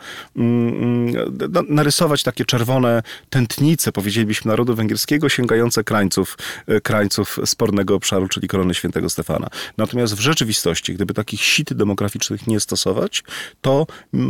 narysować takie czerwone tętnice, powiedzielibyśmy, narodu węgierskiego, sięgające krańców, krańców spornego obszaru, czyli korony świętego Stefana. Natomiast w rzeczywistości, gdyby takich sit demograficznych nie stosować, to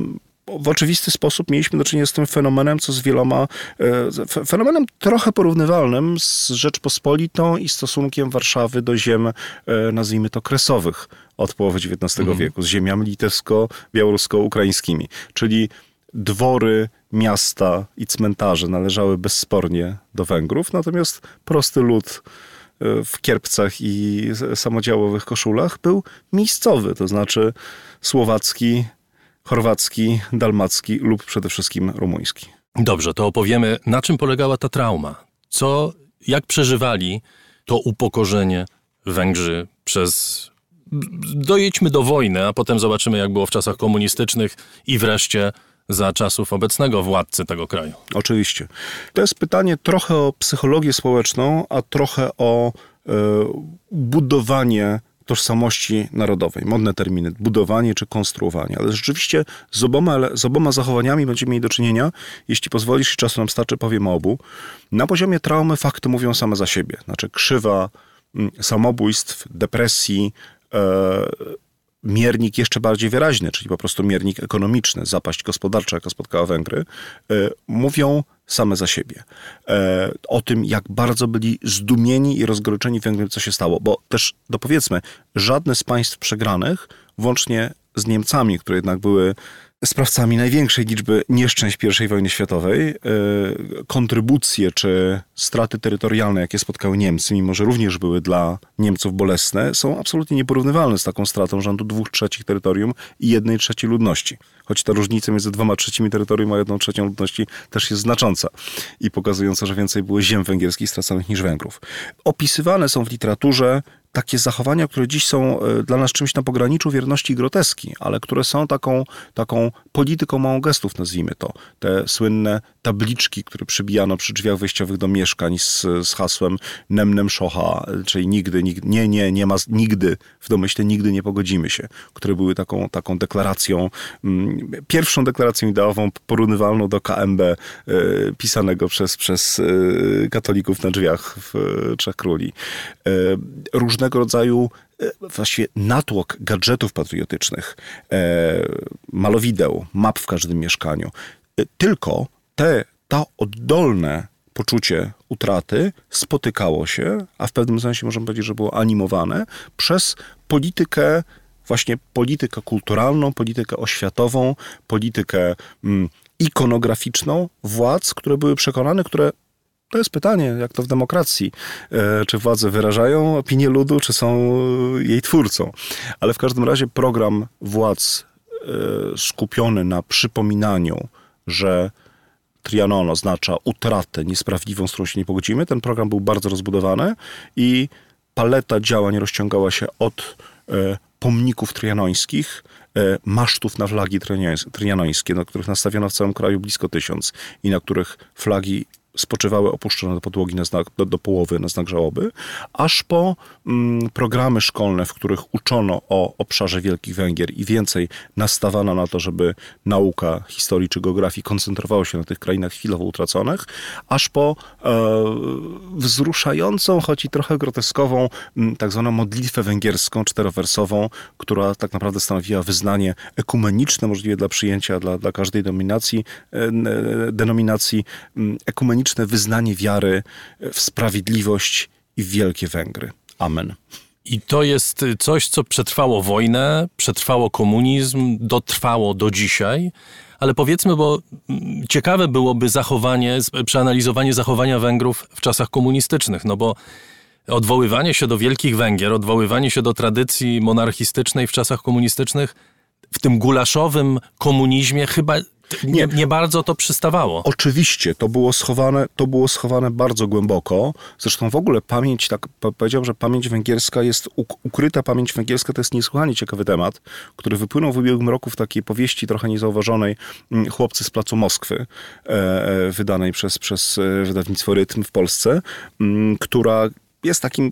w oczywisty sposób mieliśmy do czynienia z tym fenomenem, co z wieloma, fenomenem trochę porównywalnym z Rzeczpospolitą i stosunkiem Warszawy do ziem, nazwijmy to, kresowych od połowy dziewiętnastego mhm. wieku, z ziemiami litewsko-białorusko-ukraińskimi. Czyli dwory, miasta i cmentarze należały bezspornie do Węgrów, natomiast prosty lud w kierpcach i samodziałowych koszulach był miejscowy, to znaczy słowacki, chorwacki, dalmacki lub przede wszystkim rumuński. Dobrze, to opowiemy, na czym polegała ta trauma. Co, jak przeżywali to upokorzenie Węgrzy przez... Dojedźmy do wojny, a potem zobaczymy, jak było w czasach komunistycznych i wreszcie za czasów obecnego władcy tego kraju. Oczywiście. To jest pytanie trochę o psychologię społeczną, a trochę o y, budowanie tożsamości narodowej. Modne terminy, budowanie czy konstruowanie. Ale rzeczywiście z oboma, z oboma zachowaniami będziemy mieli do czynienia. Jeśli pozwolisz i czasu nam starczy, powiem o obu. Na poziomie traumy fakty mówią same za siebie. Znaczy krzywa samobójstw, depresji, e, miernik jeszcze bardziej wyraźny, czyli po prostu miernik ekonomiczny, zapaść gospodarcza, jaka spotkała Węgry, e, mówią same za siebie. E, o tym, jak bardzo byli zdumieni i rozgoryczeni Węgry, co się stało. Bo też, dopowiedzmy, żadne z państw przegranych, włącznie z Niemcami, które jednak były sprawcami największej liczby nieszczęść pierwszej wojny światowej, yy, kontrybucje czy straty terytorialne, jakie spotkały Niemcy, mimo że również były dla Niemców bolesne, są absolutnie nieporównywalne z taką stratą rzędu dwóch trzecich terytorium i jednej trzeciej ludności. Choć ta różnica między dwoma trzecimi terytorium a jedną trzecią ludności też jest znacząca i pokazująca, że więcej było ziem węgierskich straconych niż Węgrów. Opisywane są w literaturze takie zachowania, które dziś są dla nas czymś na pograniczu wierności i groteski, ale które są taką, taką polityką małą gestów, nazwijmy to. Te słynne tabliczki, które przybijano przy drzwiach wejściowych do mieszkań z, z hasłem Nemnem Szocha, czyli nigdy, nigdy, nie, nie, nie ma, nigdy, w domyśle nigdy nie pogodzimy się, które były taką, taką deklaracją, mm, pierwszą deklaracją ideową porównywalną do K M B y, pisanego przez, przez y, katolików na drzwiach w y, Trzech Króli. Y, różnego rodzaju właściwie natłok gadżetów patriotycznych, e, malowideł, map w każdym mieszkaniu. E, tylko te, to oddolne poczucie utraty spotykało się, a w pewnym sensie możemy powiedzieć, że było animowane przez politykę, właśnie politykę kulturalną, politykę oświatową, politykę mm, ikonograficzną władz, które były przekonane, które to jest pytanie, jak to w demokracji. E, czy władze wyrażają opinię ludu, czy są jej twórcą. Ale w każdym razie program władz e, skupiony na przypominaniu, że Trianon oznacza utratę niesprawiedliwą, z którą się nie pogodzimy. Ten program był bardzo rozbudowany i paleta działań rozciągała się od e, pomników trianońskich, e, masztów na flagi trianońskie, na których nastawiono w całym kraju blisko tysiąc i na których flagi spoczywały opuszczone do podłogi na znak, do, do połowy na znak żałoby, aż po mm, programy szkolne, w których uczono o obszarze Wielkich Węgier i więcej nastawano na to, żeby nauka historii czy geografii koncentrowała się na tych krainach chwilowo utraconych, aż po e, wzruszającą, choć i trochę groteskową, m, tak zwaną modlitwę węgierską, czterowersową, która tak naprawdę stanowiła wyznanie ekumeniczne, możliwe dla przyjęcia dla, dla każdej dominacji, e, denominacji, m, ekumeniczne wyznanie wiary w sprawiedliwość i w Wielkie Węgry. Amen. I to jest coś, co przetrwało wojnę, przetrwało komunizm, dotrwało do dzisiaj. Ale powiedzmy, bo ciekawe byłoby zachowanie, przeanalizowanie zachowania Węgrów w czasach komunistycznych, no bo odwoływanie się do Wielkich Węgier, odwoływanie się do tradycji monarchistycznej w czasach komunistycznych, w tym gulaszowym komunizmie chyba nie, nie bardzo to przystawało. Oczywiście, to było schowane, to było schowane bardzo głęboko. Zresztą w ogóle pamięć, tak powiedział, że pamięć węgierska jest, ukryta pamięć węgierska to jest niesłychanie ciekawy temat, który wypłynął w ubiegłym roku w takiej powieści trochę niezauważonej Chłopcy z placu Moskwy, e, wydanej przez, przez wydawnictwo Rytm w Polsce, m, która jest takim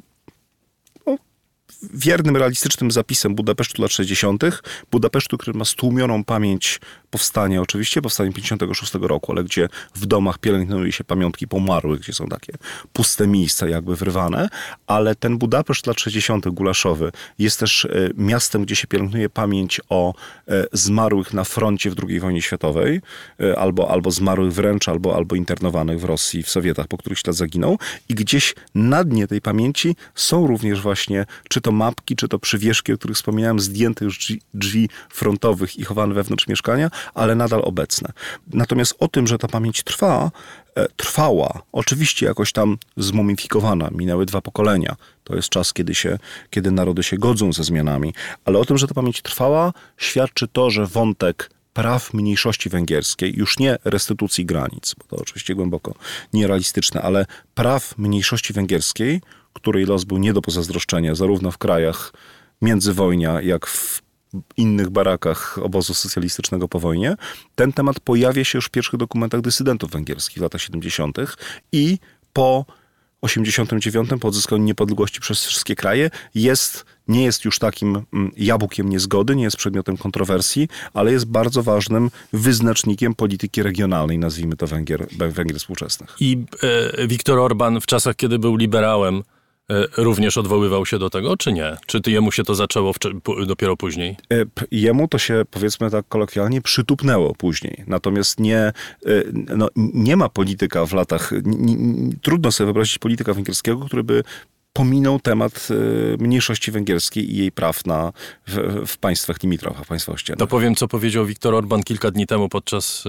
wiernym, realistycznym zapisem Budapesztu lat sześćdziesiątych. Budapesztu, który ma stłumioną pamięć powstania, oczywiście, powstanie pięćdziesiątego szóstego roku, ale gdzie w domach pielęgnuje się pamiątki pomarłych, gdzie są takie puste miejsca jakby wyrwane, ale ten Budapeszt lat sześćdziesiątych gulaszowy jest też miastem, gdzie się pielęgnuje pamięć o zmarłych na froncie w drugiej wojnie światowej, albo, albo zmarłych wręcz, albo, albo internowanych w Rosji, w Sowietach, po których ślad zaginął. I gdzieś na dnie tej pamięci są również właśnie, czy to mapki, czy to przywieszki, o których wspominałem, zdjęte już drzwi, drzwi frontowych i chowane wewnątrz mieszkania, ale nadal obecne. Natomiast o tym, że ta pamięć trwa, e, trwała, oczywiście jakoś tam zmumifikowana, minęły dwa pokolenia. To jest czas, kiedy, się, kiedy narody się godzą ze zmianami. Ale o tym, że ta pamięć trwała, świadczy to, że wątek praw mniejszości węgierskiej, już nie restytucji granic, bo to oczywiście głęboko nierealistyczne, ale praw mniejszości węgierskiej, której los był nie do pozazdroszczenia, zarówno w krajach międzywojnia, jak w innych barakach obozu socjalistycznego po wojnie. Ten temat pojawia się już w pierwszych dokumentach dysydentów węgierskich w latach siedemdziesiątych i po osiemdziesiątym dziewiątym, po odzyskaniu niepodległości przez wszystkie kraje, jest, nie jest już takim jabłkiem niezgody, nie jest przedmiotem kontrowersji, ale jest bardzo ważnym wyznacznikiem polityki regionalnej, nazwijmy to Węgier, Węgier współczesnych. I e, Viktor Orban w czasach, kiedy był liberałem, również odwoływał się do tego, czy nie? Czy ty jemu się to zaczęło w, dopiero później? Jemu to się, powiedzmy tak kolokwialnie, przytupnęło później. Natomiast nie, no, nie ma polityka w latach... Nie, nie, trudno sobie wyobrazić polityka węgierskiego, który by pominął temat mniejszości węgierskiej i jej praw na, w, w państwach limitrowych, w państwach ościennych. To powiem, co powiedział Viktor Orban kilka dni temu podczas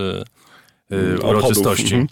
yy, uroczystości. Mhm.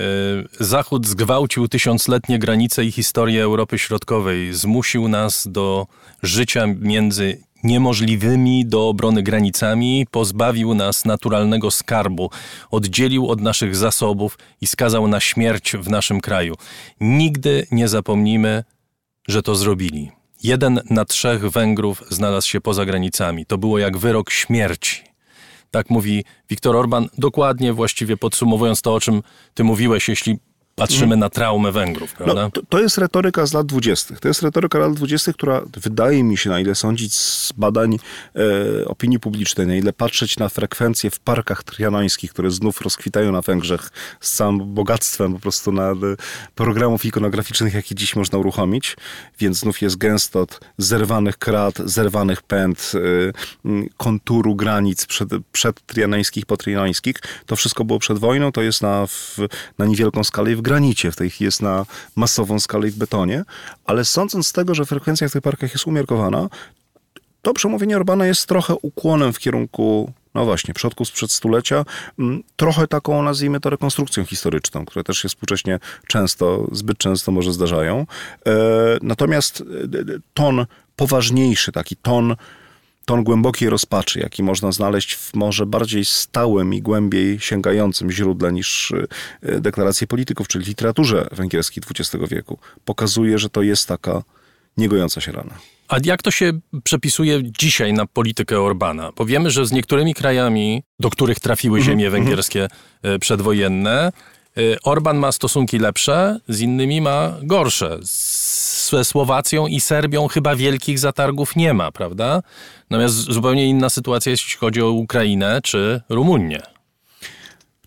Zachód zgwałcił tysiącletnie granice i historię Europy Środkowej. Zmusił nas do życia między niemożliwymi do obrony granicami, pozbawił nas naturalnego skarbu, oddzielił od naszych zasobów i skazał na śmierć w naszym kraju. Nigdy nie zapomnimy, że to zrobili. Jeden na trzech Węgrów znalazł się poza granicami. To było jak wyrok śmierci. Tak mówi Viktor Orban, dokładnie właściwie podsumowując to, o czym ty mówiłeś, jeśli patrzymy na traumę Węgrów, prawda? No, to, to jest retoryka z lat dwudziestych. To jest retoryka lat dwudziestych, która wydaje mi się, na ile sądzić z badań e, opinii publicznej, na ile patrzeć na frekwencje w parkach trianońskich, które znów rozkwitają na Węgrzech z całym bogactwem po prostu na, programów ikonograficznych, jakie dziś można uruchomić. Więc znów jest gęsto od zerwanych krat, zerwanych pęd, e, konturu granic przed, przed trianońskich, po trianońskich. To wszystko było przed wojną, to jest na, w, na niewielką skalę i w granicie, w tej chwili jest na masową skalę i w betonie, ale sądząc z tego, że frekwencja w tych parkach jest umiarkowana, to przemówienie Orbana jest trochę ukłonem w kierunku, no właśnie, przodków sprzed stulecia, trochę taką, nazwijmy to, rekonstrukcją historyczną, które też się współcześnie często, zbyt często może zdarzają. Natomiast ton poważniejszy, taki ton Ton głębokiej rozpaczy, jaki można znaleźć w może bardziej stałym i głębiej sięgającym źródle niż deklaracje polityków, czyli literaturze węgierskiej dwudziestego wieku, pokazuje, że to jest taka niegojąca się rana. A jak to się przepisuje dzisiaj na politykę Orbana? Bo wiemy, że z niektórymi krajami, do których trafiły mm-hmm. ziemie węgierskie mm-hmm. przedwojenne, Orban ma stosunki lepsze, z innymi ma gorsze. Ze Słowacją i Serbią chyba wielkich zatargów nie ma, prawda? Natomiast zupełnie inna sytuacja, jeśli chodzi o Ukrainę czy Rumunię.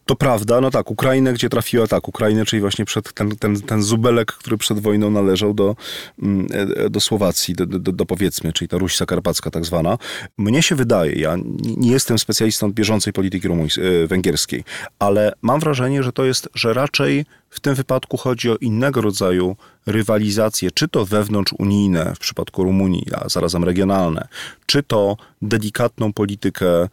To prawda, no tak, Ukrainę, gdzie trafiła, tak, Ukrainę, czyli właśnie przed ten, ten, ten zubelek, który przed wojną należał do, do Słowacji, do, do, do powiedzmy, czyli ta Ruś Zakarpacka tak zwana. Mnie się wydaje, ja nie jestem specjalistą od bieżącej polityki rumuńskiej, węgierskiej, ale mam wrażenie, że to jest, że raczej w tym wypadku chodzi o innego rodzaju rywalizacje, czy to wewnątrzunijne w przypadku Rumunii, a zarazem regionalne, czy to delikatną politykę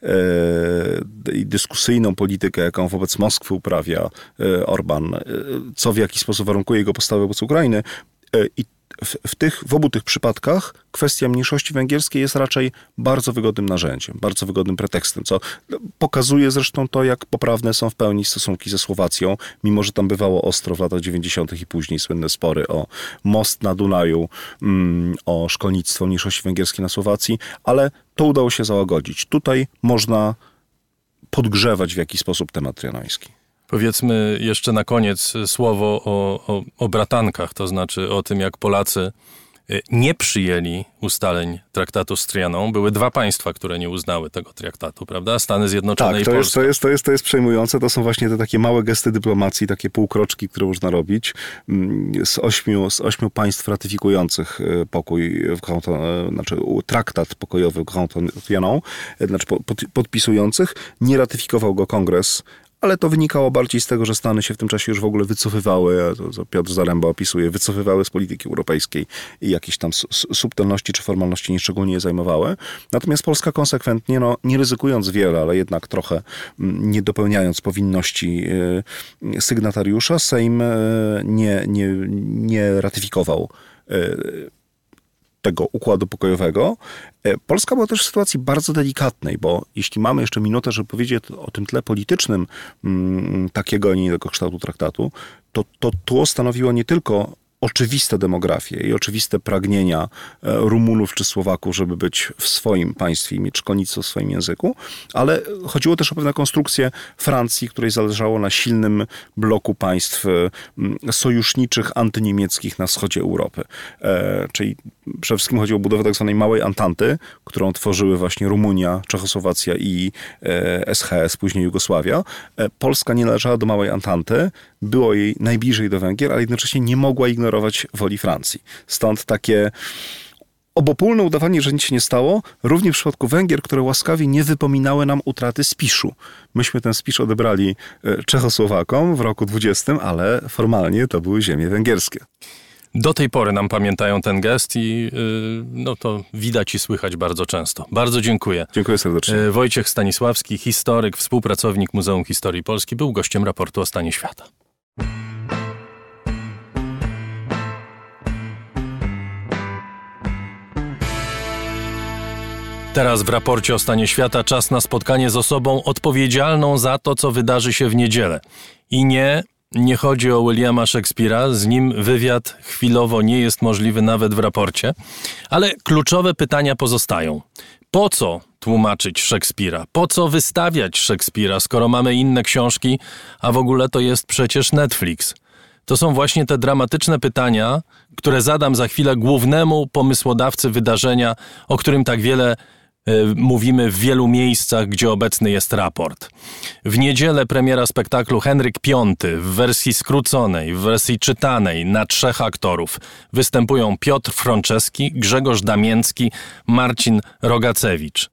i dyskusyjną politykę, jaką wobec Moskwy uprawia Orban, co w jakiś sposób warunkuje jego postawę wobec Ukrainy. I w, w, tych, w obu tych przypadkach kwestia mniejszości węgierskiej jest raczej bardzo wygodnym narzędziem, bardzo wygodnym pretekstem, co pokazuje zresztą to, jak poprawne są w pełni stosunki ze Słowacją, mimo że tam bywało ostro w latach dziewięćdziesiątych i później słynne spory o most na Dunaju, mm, o szkolnictwo mniejszości węgierskiej na Słowacji, ale to udało się załagodzić. Tutaj można podgrzewać w jakiś sposób temat trianoński. Powiedzmy jeszcze na koniec słowo o, o, o bratankach, to znaczy o tym, jak Polacy nie przyjęli ustaleń traktatu z Trianon. Były dwa państwa, które nie uznały tego traktatu, prawda? Stany Zjednoczone tak, i to Polska. Jest, to, jest, to, jest, to jest przejmujące. To są właśnie te takie małe gesty dyplomacji, takie półkroczki, które można robić. Z ośmiu, z ośmiu państw ratyfikujących pokój, w Grand, znaczy traktat pokojowy Grand Trianon, znaczy pod, podpisujących, nie ratyfikował go Kongres, ale to wynikało bardziej z tego, że Stany się w tym czasie już w ogóle wycofywały, to, to Piotr Zaremba opisuje, wycofywały z polityki europejskiej i jakieś tam subtelności czy formalności nieszczególnie je zajmowały. Natomiast Polska konsekwentnie, no nie ryzykując wiele, ale jednak trochę nie dopełniając powinności sygnatariusza, Sejm nie, nie, nie ratyfikował tego układu pokojowego. Polska była też w sytuacji bardzo delikatnej, bo jeśli mamy jeszcze minutę, żeby powiedzieć o tym tle politycznym m, takiego, a nie innego kształtu traktatu, to, to tło stanowiło nie tylko oczywiste demografie i oczywiste pragnienia Rumunów czy Słowaków, żeby być w swoim państwie i mieć szkolnictwo w swoim języku, ale chodziło też o pewne konstrukcje Francji, której zależało na silnym bloku państw sojuszniczych, antyniemieckich na wschodzie Europy. E, czyli przede wszystkim chodziło o budowę tak zwanej małej Antanty, którą tworzyły właśnie Rumunia, Czechosłowacja i e, S H S, później Jugosławia. E, Polska nie należała do małej Antanty, było jej najbliżej do Węgier, ale jednocześnie nie mogła ignorować woli Francji. Stąd takie obopólne udawanie, że nic się nie stało, również w przypadku Węgier, które łaskawie nie wypominały nam utraty Spiszu. Myśmy ten Spisz odebrali Czechosłowakom w roku dwudziestym, ale formalnie to były ziemie węgierskie. Do tej pory nam pamiętają ten gest i yy, no to widać i słychać bardzo często. Bardzo dziękuję. Dziękuję serdecznie. Yy, Wojciech Stanisławski, historyk, współpracownik Muzeum Historii Polski, był gościem raportu o stanie świata. Teraz w raporcie o stanie świata czas na spotkanie z osobą odpowiedzialną za to, co wydarzy się w niedzielę. I nie, nie chodzi o Williama Shakespeare'a, z nim wywiad chwilowo nie jest możliwy nawet w raporcie, ale kluczowe pytania pozostają. Po co tłumaczyć Szekspira? Po co wystawiać Szekspira, skoro mamy inne książki, a w ogóle to jest przecież Netflix? To są właśnie te dramatyczne pytania, które zadam za chwilę głównemu pomysłodawcy wydarzenia, o którym tak wiele mówimy w wielu miejscach, gdzie obecny jest raport. W niedzielę premiera spektaklu Henryk Piąty w wersji skróconej, w wersji czytanej na trzech aktorów. Występują Piotr Frączeski, Grzegorz Damięcki, Marcin Rogacewicz.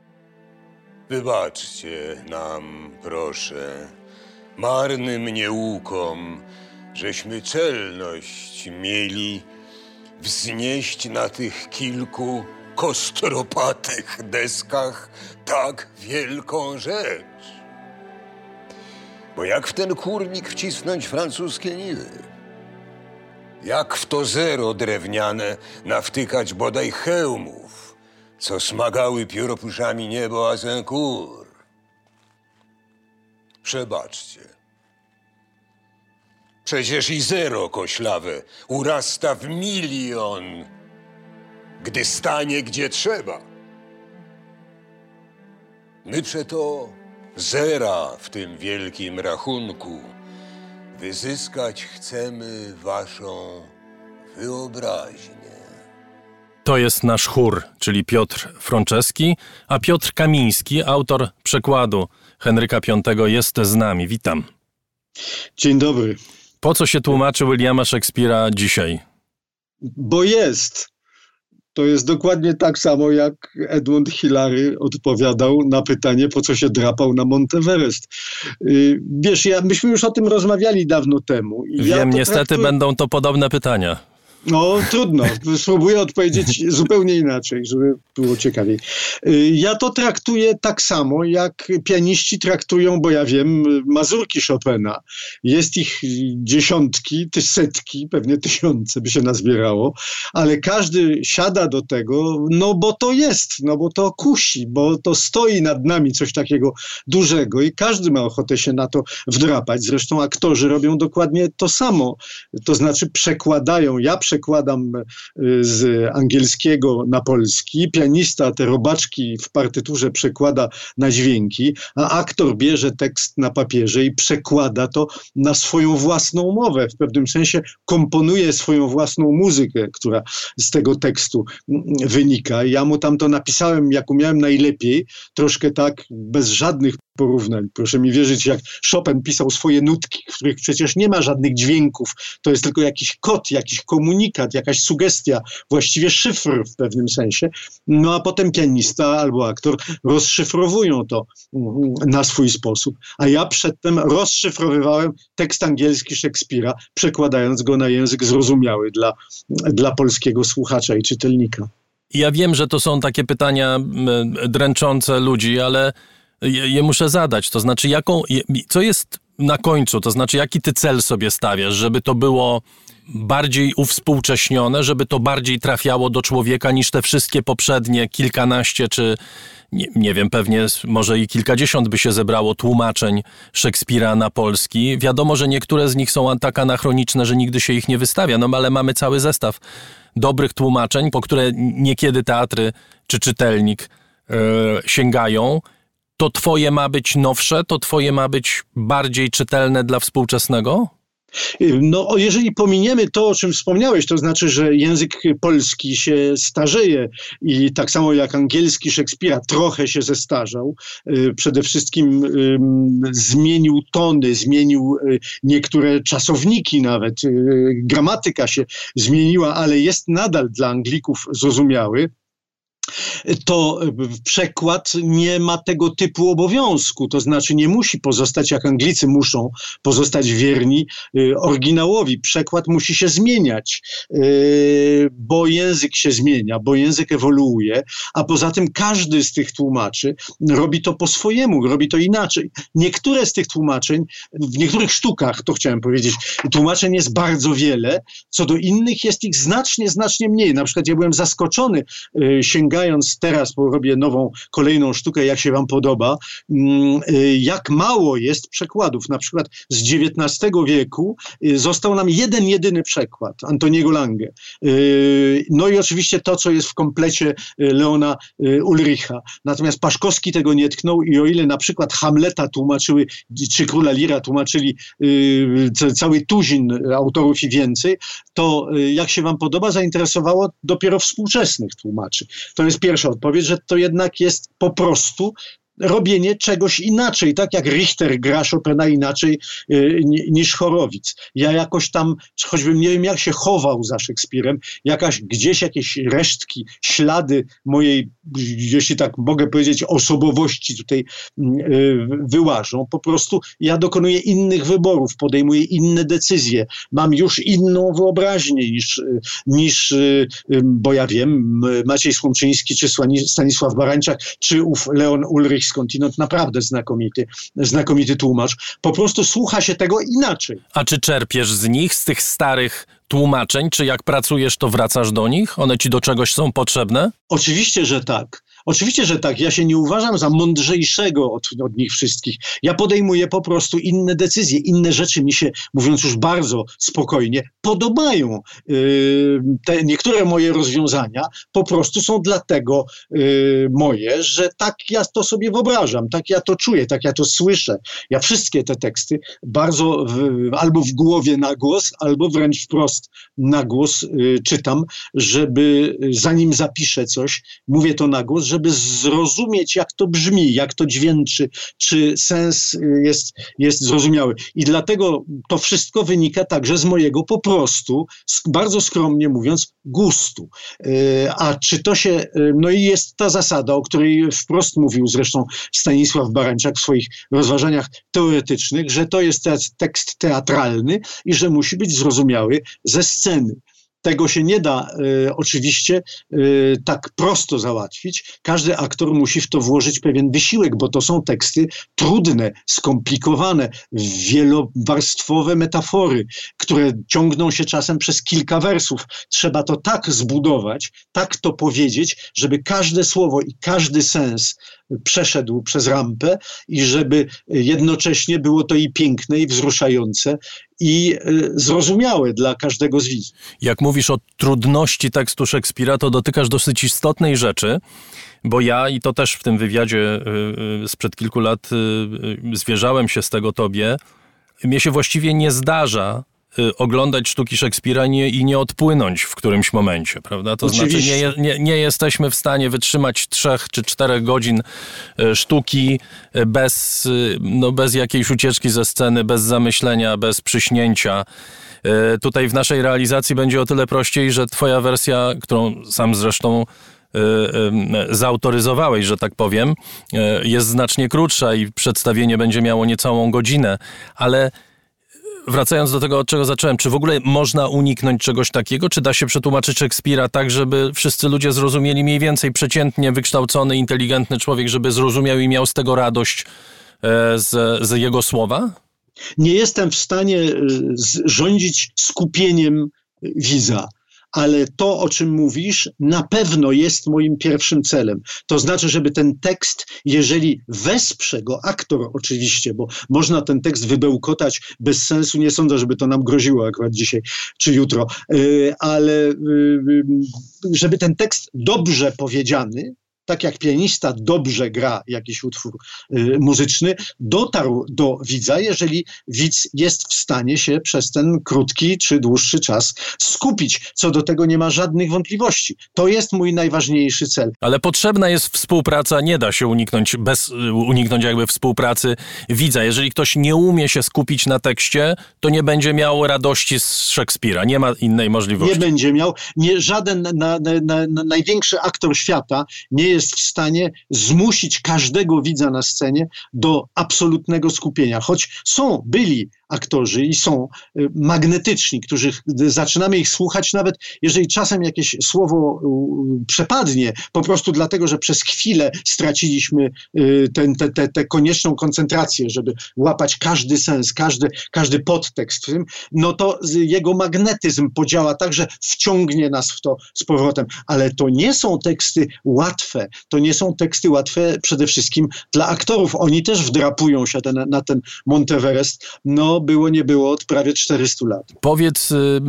Wybaczcie nam, proszę, marnym nieukom, żeśmy czelność mieli wznieść na tych kilku kostropatych deskach tak wielką rzecz. Bo jak w ten kurnik wcisnąć francuskie niwy? Jak w to zero drewniane nawtykać bodaj hełmów, co smagały pióropuszami niebo Azincourt? Przebaczcie. Przecież i zero koślawe urasta w milion, gdy stanie gdzie trzeba. My przeto zera w tym wielkim rachunku wyzyskać chcemy waszą wyobraźnię. To jest nasz chór, czyli Piotr Frączewski, a Piotr Kamiński, autor przekładu Henryka Piątego, jest z nami. Witam. Dzień dobry. Po co się tłumaczy Williama Szekspira dzisiaj? Bo jest. To jest dokładnie tak samo, jak Edmund Hillary odpowiadał na pytanie, po co się drapał na Monteverest. Yy, wiesz, ja, myśmy już o tym rozmawiali dawno temu. I Wiem, ja niestety traktuję... będą to podobne pytania. No, trudno. Spróbuję odpowiedzieć zupełnie inaczej, żeby było ciekawiej. Ja to traktuję tak samo, jak pianiści traktują, bo ja wiem, mazurki Chopina. Jest ich dziesiątki, ty setki, pewnie tysiące by się nazbierało, ale każdy siada do tego, no bo to jest, no bo to kusi, bo to stoi nad nami coś takiego dużego i każdy ma ochotę się na to wdrapać. Zresztą aktorzy robią dokładnie to samo. To znaczy przekładają, ja przekładam z angielskiego na polski, pianista te robaczki w partyturze przekłada na dźwięki, a aktor bierze tekst na papierze i przekłada to na swoją własną mowę. W pewnym sensie komponuje swoją własną muzykę, która z tego tekstu wynika. Ja mu tam to napisałem, jak umiałem najlepiej, troszkę tak, bez żadnych porównań. Proszę mi wierzyć, jak Chopin pisał swoje nutki, w których przecież nie ma żadnych dźwięków. To jest tylko jakiś kod, jakiś komunikat, jakaś sugestia, właściwie szyfr w pewnym sensie. No a potem pianista albo aktor rozszyfrowują to na swój sposób. A ja przedtem rozszyfrowywałem tekst angielski Szekspira, przekładając go na język zrozumiały dla, dla polskiego słuchacza i czytelnika. Ja wiem, że to są takie pytania dręczące ludzi, ale je, je muszę zadać. To znaczy, jaką, co jest na końcu? To znaczy, jaki ty cel sobie stawiasz, żeby to było bardziej uwspółcześnione, żeby to bardziej trafiało do człowieka niż te wszystkie poprzednie kilkanaście, czy nie, nie wiem, pewnie może i kilkadziesiąt by się zebrało tłumaczeń Szekspira na polski. Wiadomo, że niektóre z nich są tak anachroniczne, że nigdy się ich nie wystawia, no ale mamy cały zestaw dobrych tłumaczeń, po które niekiedy teatry czy czytelnik yy, sięgają. To twoje ma być nowsze? To twoje ma być bardziej czytelne dla współczesnego? No, jeżeli pominiemy to, o czym wspomniałeś, to znaczy, że język polski się starzeje i tak samo jak angielski Szekspira trochę się zestarzał. Przede wszystkim zmienił tony, zmienił niektóre czasowniki nawet. Gramatyka się zmieniła, ale jest nadal dla Anglików zrozumiały. To przekład nie ma tego typu obowiązku, to znaczy nie musi pozostać, jak Anglicy muszą pozostać wierni y, oryginałowi. Przekład musi się zmieniać, y, bo język się zmienia, bo język ewoluuje, a poza tym każdy z tych tłumaczy robi to po swojemu, robi to inaczej. Niektóre z tych tłumaczeń, w niektórych sztukach, to chciałem powiedzieć, tłumaczeń jest bardzo wiele, co do innych jest ich znacznie, znacznie mniej. Na przykład ja byłem zaskoczony, y, sięgając teraz, bo robię nową, kolejną sztukę, jak się wam podoba, jak mało jest przekładów. Na przykład z dziewiętnastego wieku został nam jeden, jedyny przekład Antoniego Lange. No i oczywiście to, co jest w komplecie Leona Ulricha. Natomiast Paszkowski tego nie tknął i o ile na przykład Hamleta tłumaczyły, czy Króla Lira tłumaczyli cały tuzin autorów i więcej, to jak się wam podoba, zainteresowało dopiero współczesnych tłumaczy. To jest pierwsza odpowiedź, że to jednak jest po prostu robienie czegoś inaczej, tak jak Richter gra Chopina inaczej y, niż Horowitz. Ja jakoś tam, choćbym nie wiem jak się chował za Szekspirem, jakaś, gdzieś jakieś resztki, ślady mojej, jeśli tak mogę powiedzieć, osobowości tutaj y, wyłażą. Po prostu ja dokonuję innych wyborów, podejmuję inne decyzje, mam już inną wyobraźnię niż, niż y, bo ja wiem, Maciej Słomczyński, czy Stanisław Barańczak, czy ów Leon Ulrich skądinąd naprawdę znakomity, znakomity tłumacz. Po prostu słucha się tego inaczej. A czy czerpiesz z nich, z tych starych tłumaczeń? Czy jak pracujesz, to wracasz do nich? One ci do czegoś są potrzebne? Oczywiście, że tak. Oczywiście, że tak. Ja się nie uważam za mądrzejszego od, od nich wszystkich. Ja podejmuję po prostu inne decyzje. Inne rzeczy mi się, mówiąc już bardzo spokojnie, podobają. Yy, te niektóre moje rozwiązania po prostu są dlatego yy, moje, że tak ja to sobie wyobrażam, tak ja to czuję, tak ja to słyszę. Ja wszystkie te teksty bardzo w, albo w głowie na głos, albo wręcz wprost na głos yy, czytam, żeby zanim zapiszę coś, mówię to na głos, żeby zrozumieć, jak to brzmi, jak to dźwięczy, czy sens jest, jest zrozumiały. I dlatego to wszystko wynika także z mojego po prostu, bardzo skromnie mówiąc, gustu. A czy to się, no i jest ta zasada, o której wprost mówił zresztą Stanisław Barańczak w swoich rozważaniach teoretycznych, że to jest tekst teatralny i że musi być zrozumiały ze sceny. Tego się nie da y, oczywiście y, tak prosto załatwić. Każdy aktor musi w to włożyć pewien wysiłek, bo to są teksty trudne, skomplikowane, wielowarstwowe metafory, które ciągną się czasem przez kilka wersów. Trzeba to tak zbudować, tak to powiedzieć, żeby każde słowo i każdy sens przeszedł przez rampę i żeby jednocześnie było to i piękne, i wzruszające, i y, zrozumiałe dla każdego z widzów. Jak mówisz o trudności tekstu Szekspira, to dotykasz dosyć istotnej rzeczy, bo ja, i to też w tym wywiadzie y, y, sprzed kilku lat y, y, zwierzałem się z tego tobie, mnie się właściwie nie zdarza y, oglądać sztuki Szekspira nie, i nie odpłynąć w którymś momencie, prawda? To Oczywiście. znaczy nie, nie, nie jesteśmy w stanie wytrzymać trzech czy czterech godzin y, sztuki y, bez, y, no, bez jakiejś ucieczki ze sceny, bez zamyślenia, bez przyśnięcia. Y, tutaj w naszej realizacji będzie o tyle prościej, że twoja wersja, którą sam zresztą zautoryzowałeś, że tak powiem, jest znacznie krótsza i przedstawienie będzie miało niecałą godzinę, ale wracając do tego, od czego zacząłem, czy w ogóle można uniknąć czegoś takiego, czy da się przetłumaczyć Szekspira tak, żeby wszyscy ludzie zrozumieli mniej więcej, przeciętnie wykształcony, inteligentny człowiek, żeby zrozumiał i miał z tego radość z, z jego słowa? Nie jestem w stanie rządzić skupieniem widza. Ale to, o czym mówisz, na pewno jest moim pierwszym celem. To znaczy, żeby ten tekst, jeżeli wesprze go aktor oczywiście, bo można ten tekst wybełkotać bez sensu, nie sądzę, żeby to nam groziło akurat dzisiaj czy jutro, ale żeby ten tekst dobrze powiedziany, tak jak pianista dobrze gra jakiś utwór y, muzyczny, dotarł do widza, jeżeli widz jest w stanie się przez ten krótki czy dłuższy czas skupić. Co do tego nie ma żadnych wątpliwości. To jest mój najważniejszy cel. Ale potrzebna jest współpraca, nie da się uniknąć, bez, uniknąć jakby współpracy widza. Jeżeli ktoś nie umie się skupić na tekście, to nie będzie miał radości z Szekspira. Nie ma innej możliwości. Nie będzie miał. Nie, żaden na, na, na, na największy aktor świata nie jest w stanie zmusić każdego widza na scenie do absolutnego skupienia. Choć są, byli aktorzy i są y, magnetyczni, którzy zaczynamy ich słuchać, nawet jeżeli czasem jakieś słowo y, przepadnie, po prostu dlatego, że przez chwilę straciliśmy y, tę te, te, te konieczną koncentrację, żeby łapać każdy sens, każdy, każdy podtekst w tym, no to jego magnetyzm podziała tak, że wciągnie nas w to z powrotem. Ale to nie są teksty łatwe. To nie są teksty łatwe przede wszystkim dla aktorów. Oni też wdrapują się ten, na ten Monteverest. No, było nie było od prawie czterystu lat. Powiedz y,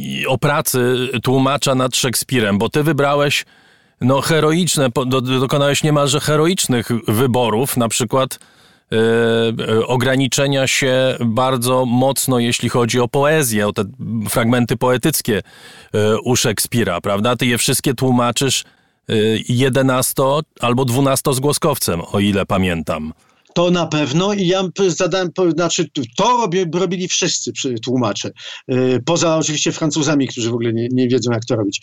o pracy tłumacza nad Szekspirem, bo ty wybrałeś no, heroiczne, do, dokonałeś niemalże heroicznych wyborów, na przykład y, y, ograniczenia się bardzo mocno, jeśli chodzi o poezję, o te fragmenty poetyckie y, u Szekspira, prawda? Ty je wszystkie tłumaczysz y, jedenasto albo dwunastozgłoskowcem, o ile pamiętam. To na pewno i ja zadałem, znaczy to robi, robili wszyscy tłumacze, poza oczywiście Francuzami, którzy w ogóle nie, nie wiedzą, jak to robić,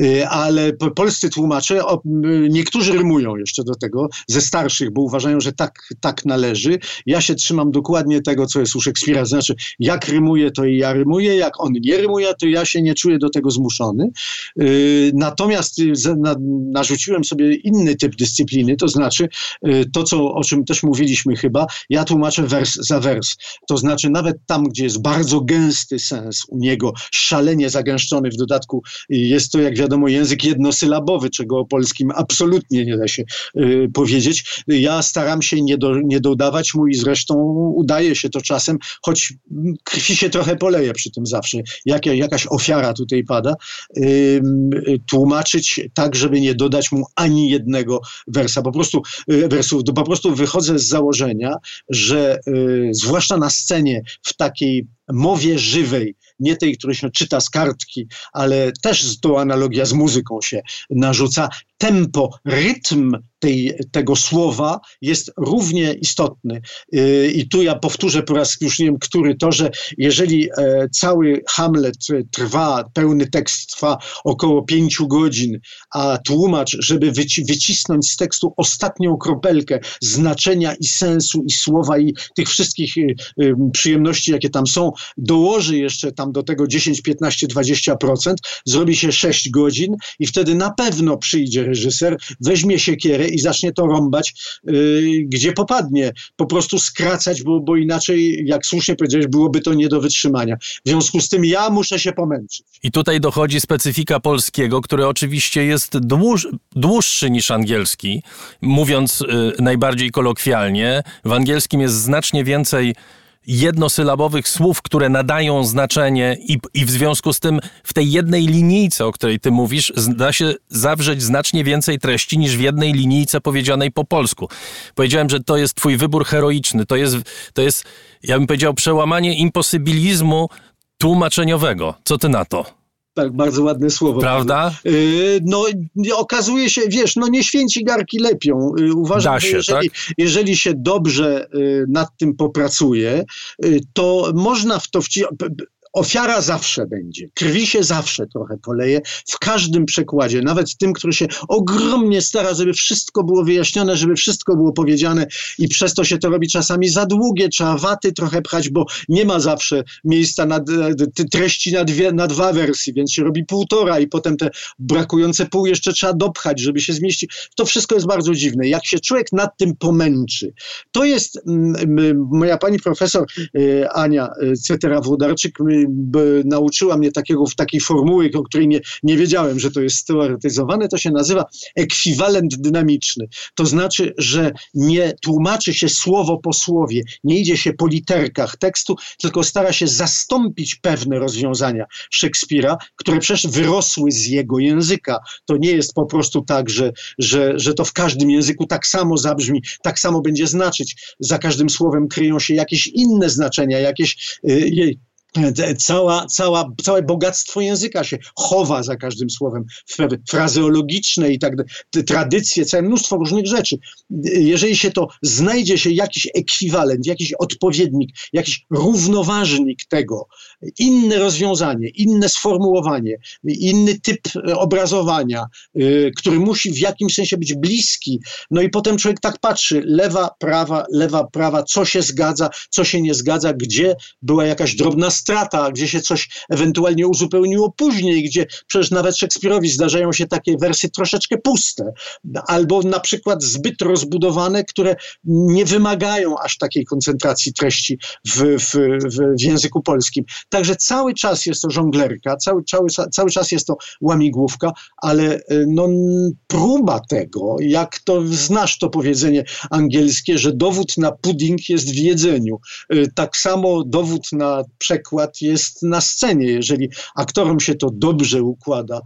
ale polscy tłumacze, niektórzy rymują jeszcze do tego, ze starszych, bo uważają, że tak, tak należy. Ja się trzymam dokładnie tego, co jest u Szekspira, to znaczy jak rymuje, to i ja rymuję, jak on nie rymuje, to ja się nie czuję do tego zmuszony. Natomiast narzuciłem sobie inny typ dyscypliny, to znaczy to, co, o czym też mówiliśmy mówiliśmy chyba, ja tłumaczę wers za wers. To znaczy nawet tam, gdzie jest bardzo gęsty sens u niego, szalenie zagęszczony, w dodatku jest to, jak wiadomo, język jednosylabowy, czego o polskim absolutnie nie da się y, powiedzieć. Ja staram się nie, do, nie dodawać mu i zresztą udaje się to czasem, choć krwi się trochę poleje przy tym zawsze. Jak, jakaś ofiara tutaj pada. Y, y, tłumaczyć tak, żeby nie dodać mu ani jednego wersa. Po prostu, y, wersów. Po prostu wychodzę z założenia, że y, zwłaszcza na scenie w takiej mowie żywej, nie tej, której się czyta z kartki, ale też to analogia z muzyką się narzuca. Tempo, rytm tej, tego słowa jest równie istotny. Yy, I tu ja powtórzę po raz już nie wiem który to, że jeżeli e, cały Hamlet trwa, pełny tekst trwa około pięciu godzin, a tłumacz, żeby wyci- wycisnąć z tekstu ostatnią kropelkę znaczenia i sensu i słowa i tych wszystkich y, y, przyjemności, jakie tam są, dołoży jeszcze tam do tego dziesięć, piętnaście, dwadzieścia procent, zrobi się sześć godzin i wtedy na pewno przyjdzie reżyser, weźmie siekierę i zacznie to rąbać, yy, gdzie popadnie. Po prostu skracać, bo, bo inaczej, jak słusznie powiedziałeś, byłoby to nie do wytrzymania. W związku z tym ja muszę się pomęczyć. I tutaj dochodzi specyfika polskiego, który oczywiście jest dłuż, dłuższy niż angielski. Mówiąc yy, najbardziej kolokwialnie, w angielskim jest znacznie więcej jednosylabowych słów, które nadają znaczenie i, i w związku z tym w tej jednej linijce, o której ty mówisz, da się zawrzeć znacznie więcej treści niż w jednej linijce powiedzianej po polsku. Powiedziałem, że to jest twój wybór heroiczny. To jest, to jest, ja bym powiedział, przełamanie imposybilizmu tłumaczeniowego. Co ty na to? Tak, bardzo ładne słowo. Prawda? Yy, no, okazuje się, wiesz, no nie święci garki lepią. Yy, uważam, da się, że jeżeli, tak? jeżeli się dobrze yy, nad tym popracuje, yy, to można w to wcisnąć. Ofiara zawsze będzie. Krwi się zawsze trochę poleje. W każdym przekładzie, nawet tym, który się ogromnie stara, żeby wszystko było wyjaśnione, żeby wszystko było powiedziane i przez to się to robi czasami za długie. Trzeba waty trochę pchać, bo nie ma zawsze miejsca na treści na, dwie, na dwa wersy, więc się robi półtora i potem te brakujące pół jeszcze trzeba dopchać, żeby się zmieścić. To wszystko jest bardzo dziwne. Jak się człowiek nad tym pomęczy, to jest m, moja pani profesor y, Ania Cetera-Włodarczyk y, nauczyła mnie takiego, w takiej formuły, o której nie, nie wiedziałem, że to jest stereotyzowane, to się nazywa ekwiwalent dynamiczny. To znaczy, że nie tłumaczy się słowo po słowie, nie idzie się po literkach tekstu, tylko stara się zastąpić pewne rozwiązania Szekspira, które przecież wyrosły z jego języka. To nie jest po prostu tak, że, że, że to w każdym języku tak samo zabrzmi, tak samo będzie znaczyć. Za każdym słowem kryją się jakieś inne znaczenia, jakieś yy, Cała, cała, całe bogactwo języka się chowa za każdym słowem, frazeologiczne i tak dalej, tradycje, całe mnóstwo różnych rzeczy. Jeżeli się to, znajdzie się jakiś ekwiwalent, jakiś odpowiednik, jakiś równoważnik tego, inne rozwiązanie, inne sformułowanie, inny typ obrazowania, yy, który musi w jakimś sensie być bliski, no i potem człowiek tak patrzy, lewa, prawa, lewa, prawa, co się zgadza, co się nie zgadza, gdzie była jakaś drobna strata, gdzie się coś ewentualnie uzupełniło później, gdzie przecież nawet Szekspirowi zdarzają się takie wersy troszeczkę puste, albo na przykład zbyt rozbudowane, które nie wymagają aż takiej koncentracji treści w, w, w, w języku polskim. Także cały czas jest to żonglerka, cały, cały, cały czas jest to łamigłówka, ale no, próba tego, jak to znasz to powiedzenie angielskie, że dowód na pudding jest w jedzeniu. Tak samo dowód na przekład jest na scenie. Jeżeli aktorom się to dobrze układa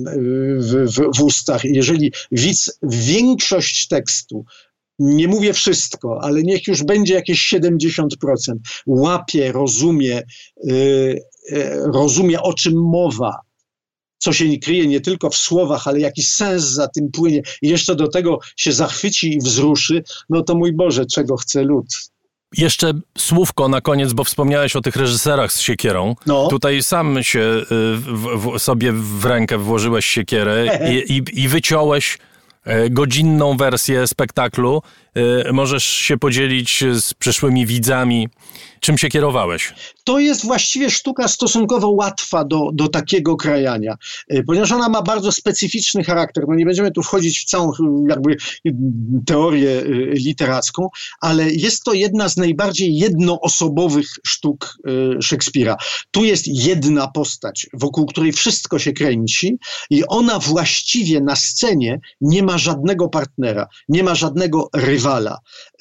w, w, w ustach, jeżeli widz większość tekstu, nie mówię wszystko, ale niech już będzie jakieś siedemdziesiąt procent, łapie, rozumie, yy, yy, rozumie o czym mowa, co się kryje nie tylko w słowach, ale jakiś sens za tym płynie i jeszcze do tego się zachwyci i wzruszy, no to mój Boże, czego chce lud. Jeszcze słówko na koniec, bo wspomniałeś o tych reżyserach z siekierą. No. Tutaj sam się y, w, w, sobie w rękę włożyłeś siekierę i, i, i wyciąłeś y, godzinną wersję spektaklu możesz się podzielić z przyszłymi widzami. Czym się kierowałeś? To jest właściwie sztuka stosunkowo łatwa do, do takiego krajania, ponieważ ona ma bardzo specyficzny charakter. No nie będziemy tu wchodzić w całą jakby teorię literacką, ale jest to jedna z najbardziej jednoosobowych sztuk Szekspira. Tu jest jedna postać, wokół której wszystko się kręci i ona właściwie na scenie nie ma żadnego partnera, nie ma żadnego rywala.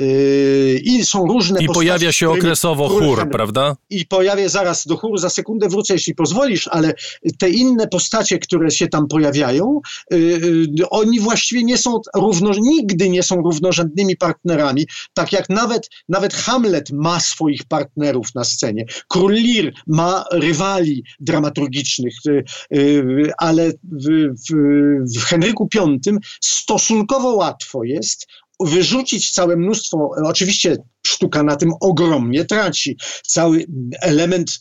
I są różne I postacie. I pojawia się okresowo chór, prawda? I pojawia zaraz do chóru, za sekundę wrócę, jeśli pozwolisz, ale te inne postacie, które się tam pojawiają, yy, oni właściwie nie są równo, nigdy nie są równorzędnymi partnerami, tak jak nawet, nawet Hamlet ma swoich partnerów na scenie. Król Lear ma rywali dramaturgicznych, yy, yy, ale w, w, w Henryku Piątym stosunkowo łatwo jest wyrzucić całe mnóstwo, oczywiście sztuka na tym ogromnie traci, cały element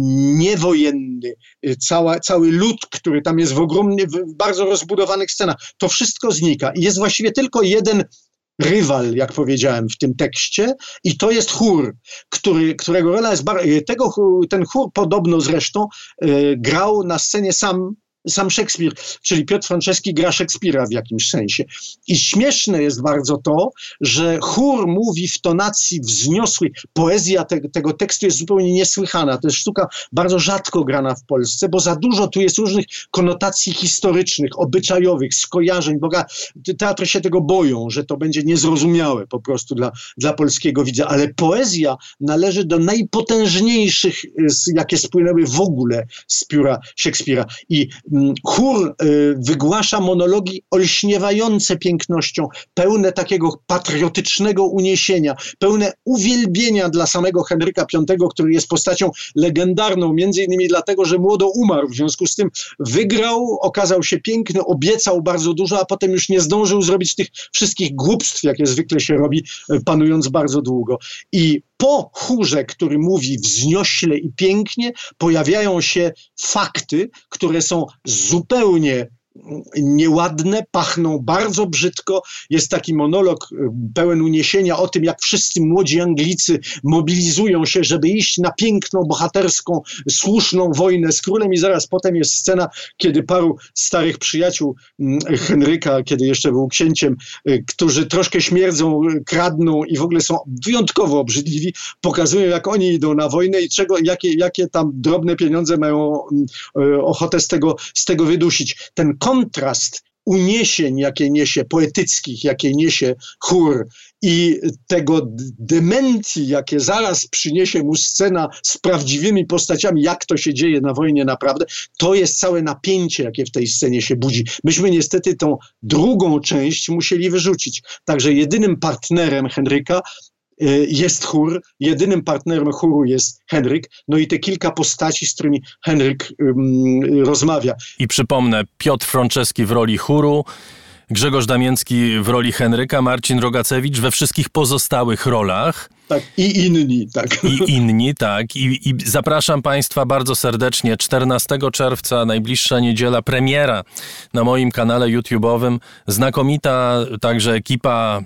niewojenny, cała, cały lud, który tam jest w ogromnie, w bardzo rozbudowanych scenach, to wszystko znika i jest właściwie tylko jeden rywal, jak powiedziałem w tym tekście, i to jest chór, który, którego rola jest bardzo, tego, ten chór podobno zresztą e, grał na scenie sam Sam Szekspir, czyli Piotr Franceski gra Szekspira w jakimś sensie. I śmieszne jest bardzo to, że chór mówi w tonacji wzniosłej. Poezja te, tego tekstu jest zupełnie niesłychana. To jest sztuka bardzo rzadko grana w Polsce, bo za dużo tu jest różnych konotacji historycznych, obyczajowych, skojarzeń. Bo teatry się tego boją, że to będzie niezrozumiałe po prostu dla, dla polskiego widza. Ale poezja należy do najpotężniejszych, jakie spłynęły w ogóle z pióra Szekspira. I chór y, wygłasza monologi olśniewające pięknością, pełne takiego patriotycznego uniesienia, pełne uwielbienia dla samego Henryka Piątego, który jest postacią legendarną, między innymi dlatego, że młodo umarł, w związku z tym wygrał, okazał się piękny, obiecał bardzo dużo, a potem już nie zdążył zrobić tych wszystkich głupstw, jakie zwykle się robi, panując bardzo długo. I po chórze, który mówi wzniośle i pięknie, pojawiają się fakty, które są zupełnie nieładne, pachną bardzo brzydko. Jest taki monolog pełen uniesienia o tym, jak wszyscy młodzi Anglicy mobilizują się, żeby iść na piękną, bohaterską, słuszną wojnę z królem i zaraz potem jest scena, kiedy paru starych przyjaciół Henryka, kiedy jeszcze był księciem, którzy troszkę śmierdzą, kradną i w ogóle są wyjątkowo obrzydliwi, pokazują, jak oni idą na wojnę i czego, jakie, jakie tam drobne pieniądze mają ochotę z tego, z tego wydusić. Ten kontrast uniesień, jakie niesie, poetyckich, jakie niesie chór i tego dementii, jakie zaraz przyniesie mu scena z prawdziwymi postaciami, jak to się dzieje na wojnie naprawdę, to jest całe napięcie, jakie w tej scenie się budzi. Myśmy niestety tą drugą część musieli wyrzucić. Także jedynym partnerem Henryka jest chór, jedynym partnerem chóru jest Henryk, no i te kilka postaci, z którymi Henryk um, rozmawia. I przypomnę, Piotr Franceski w roli chóru, Grzegorz Damięcki w roli Henryka, Marcin Rogacewicz we wszystkich pozostałych rolach. Tak, i inni, tak. I inni, tak. I, i zapraszam Państwa bardzo serdecznie. czternastego czerwca, najbliższa niedziela, premiera na moim kanale YouTube'owym. Znakomita także ekipa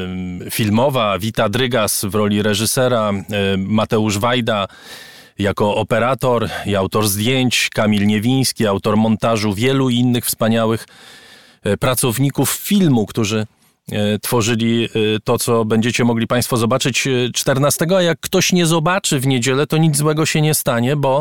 y, filmowa. Wita Drygas w roli reżysera, y, Mateusz Wajda jako operator i autor zdjęć, Kamil Niewiński, autor montażu, wielu innych wspaniałych y, pracowników filmu, którzy tworzyli to, co będziecie mogli Państwo zobaczyć czternastego, a jak ktoś nie zobaczy w niedzielę, to nic złego się nie stanie, bo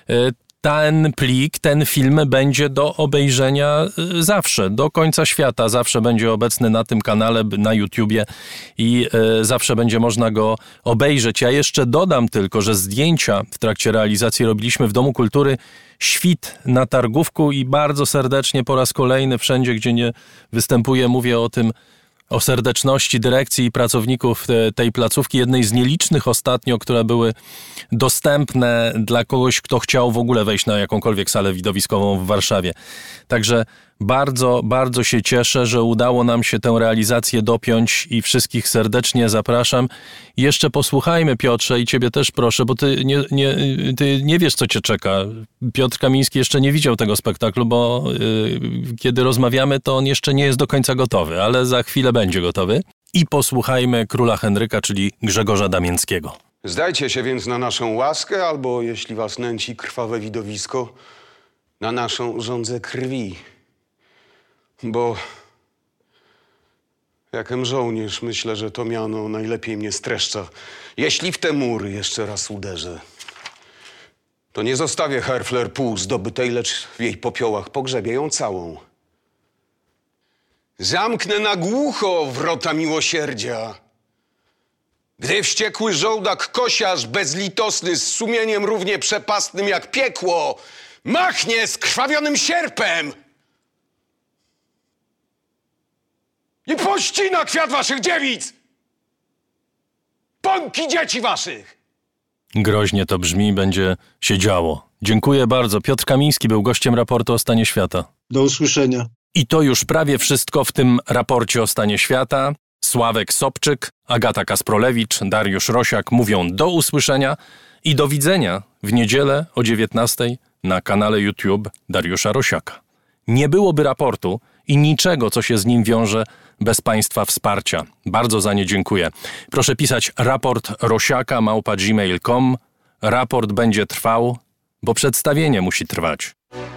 ten plik, ten film będzie do obejrzenia zawsze, do końca świata. Zawsze będzie obecny na tym kanale, na YouTubie i zawsze będzie można go obejrzeć. Ja jeszcze dodam tylko, że zdjęcia w trakcie realizacji robiliśmy w Domu Kultury Świt na Targówku i bardzo serdecznie po raz kolejny wszędzie, gdzie nie występuję, mówię o tym, o serdeczności dyrekcji i pracowników te, tej placówki, jednej z nielicznych ostatnio, które były dostępne dla kogoś, kto chciał w ogóle wejść na jakąkolwiek salę widowiskową w Warszawie. Także bardzo, bardzo się cieszę, że udało nam się tę realizację dopiąć i wszystkich serdecznie zapraszam. I jeszcze posłuchajmy, Piotrze, i ciebie też proszę, bo ty nie, nie, ty nie wiesz, co cię czeka. Piotr Kamiński jeszcze nie widział tego spektaklu, bo yy, kiedy rozmawiamy, to on jeszcze nie jest do końca gotowy, ale za chwilę będzie gotowy. i posłuchajmy króla Henryka, czyli Grzegorza Damięckiego. Zdajcie się więc na naszą łaskę, albo jeśli was nęci krwawe widowisko, na naszą żądzę krwi. Bo jakem żołnierz myślę, że to miano najlepiej mnie streszcza. Jeśli w te mury jeszcze raz uderzę, to nie zostawię Herfler pół zdobytej, lecz w jej popiołach pogrzebię ją całą. Zamknę na głucho wrota miłosierdzia. Gdy wściekły żołdak kosiarz bezlitosny z sumieniem równie przepastnym jak piekło machnie skrwawionym sierpem i pościna kwiat waszych dziewic, pąki dzieci waszych. Groźnie to brzmi, będzie się działo. Dziękuję bardzo. Piotr Kamiński był gościem raportu o stanie świata. Do usłyszenia. I to już prawie wszystko w tym raporcie o stanie świata. Sławek Sobczyk, Agata Kasprolewicz, Dariusz Rosiak mówią do usłyszenia i do widzenia w niedzielę o dziewiętnastej na kanale YouTube Dariusza Rosiaka. Nie byłoby raportu i niczego, co się z nim wiąże, bez Państwa wsparcia. Bardzo za nie dziękuję. Proszę pisać raport rosiaka małpa gmail kropka com. Raport będzie trwał, bo przedstawienie musi trwać.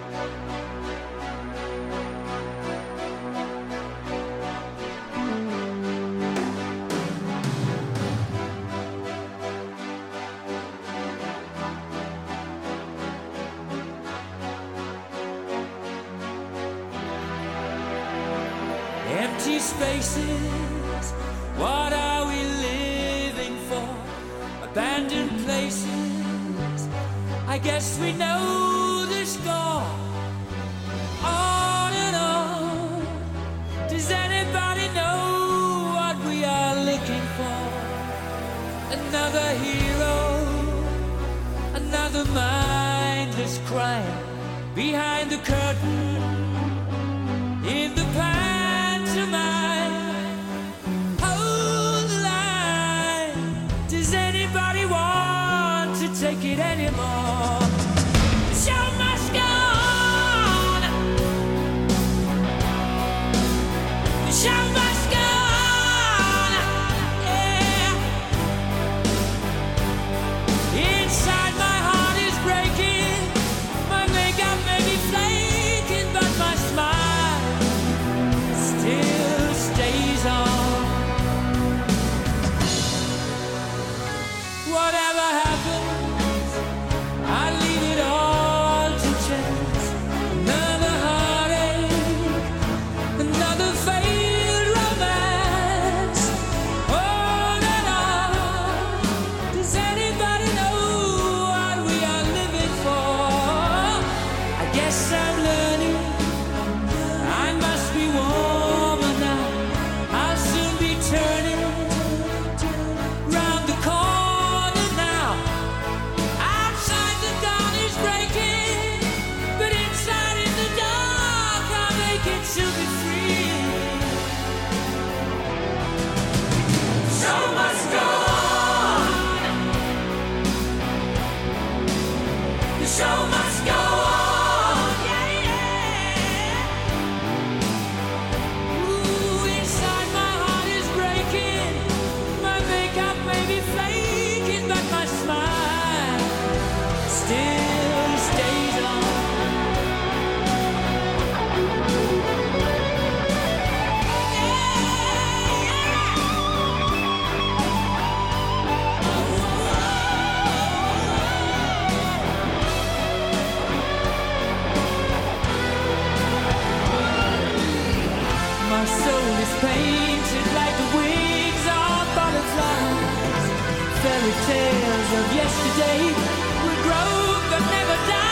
Empty spaces, what are we living for? Abandoned places, I guess we know the score. On and on, does anybody know what we are looking for? Another hero, another mindless crime, behind the curtain, in the past. Hold the line. Does anybody want to take it anymore? The show must go on. The show must go on. Yeah. Inside my heart is breaking. My makeup may be flaking, but my smile still stays on. Whatever happens, I leave it all to chance. Another heartache, another failed romance. On and on. Does anybody know what we are living for? I guess I'm learning. I must be warmer now. I'll soon be turning round the corner now. Outside the dawn is breaking, but inside in the dark I'll make it to be free. The show must go on. The show must go on. Yeah, yeah. Ooh, inside my heart is breaking. My makeup may be flaking, but my smile still stays on. My soul is painted like the wings of butterflies. Fairy tales of yesterday will grow but never die.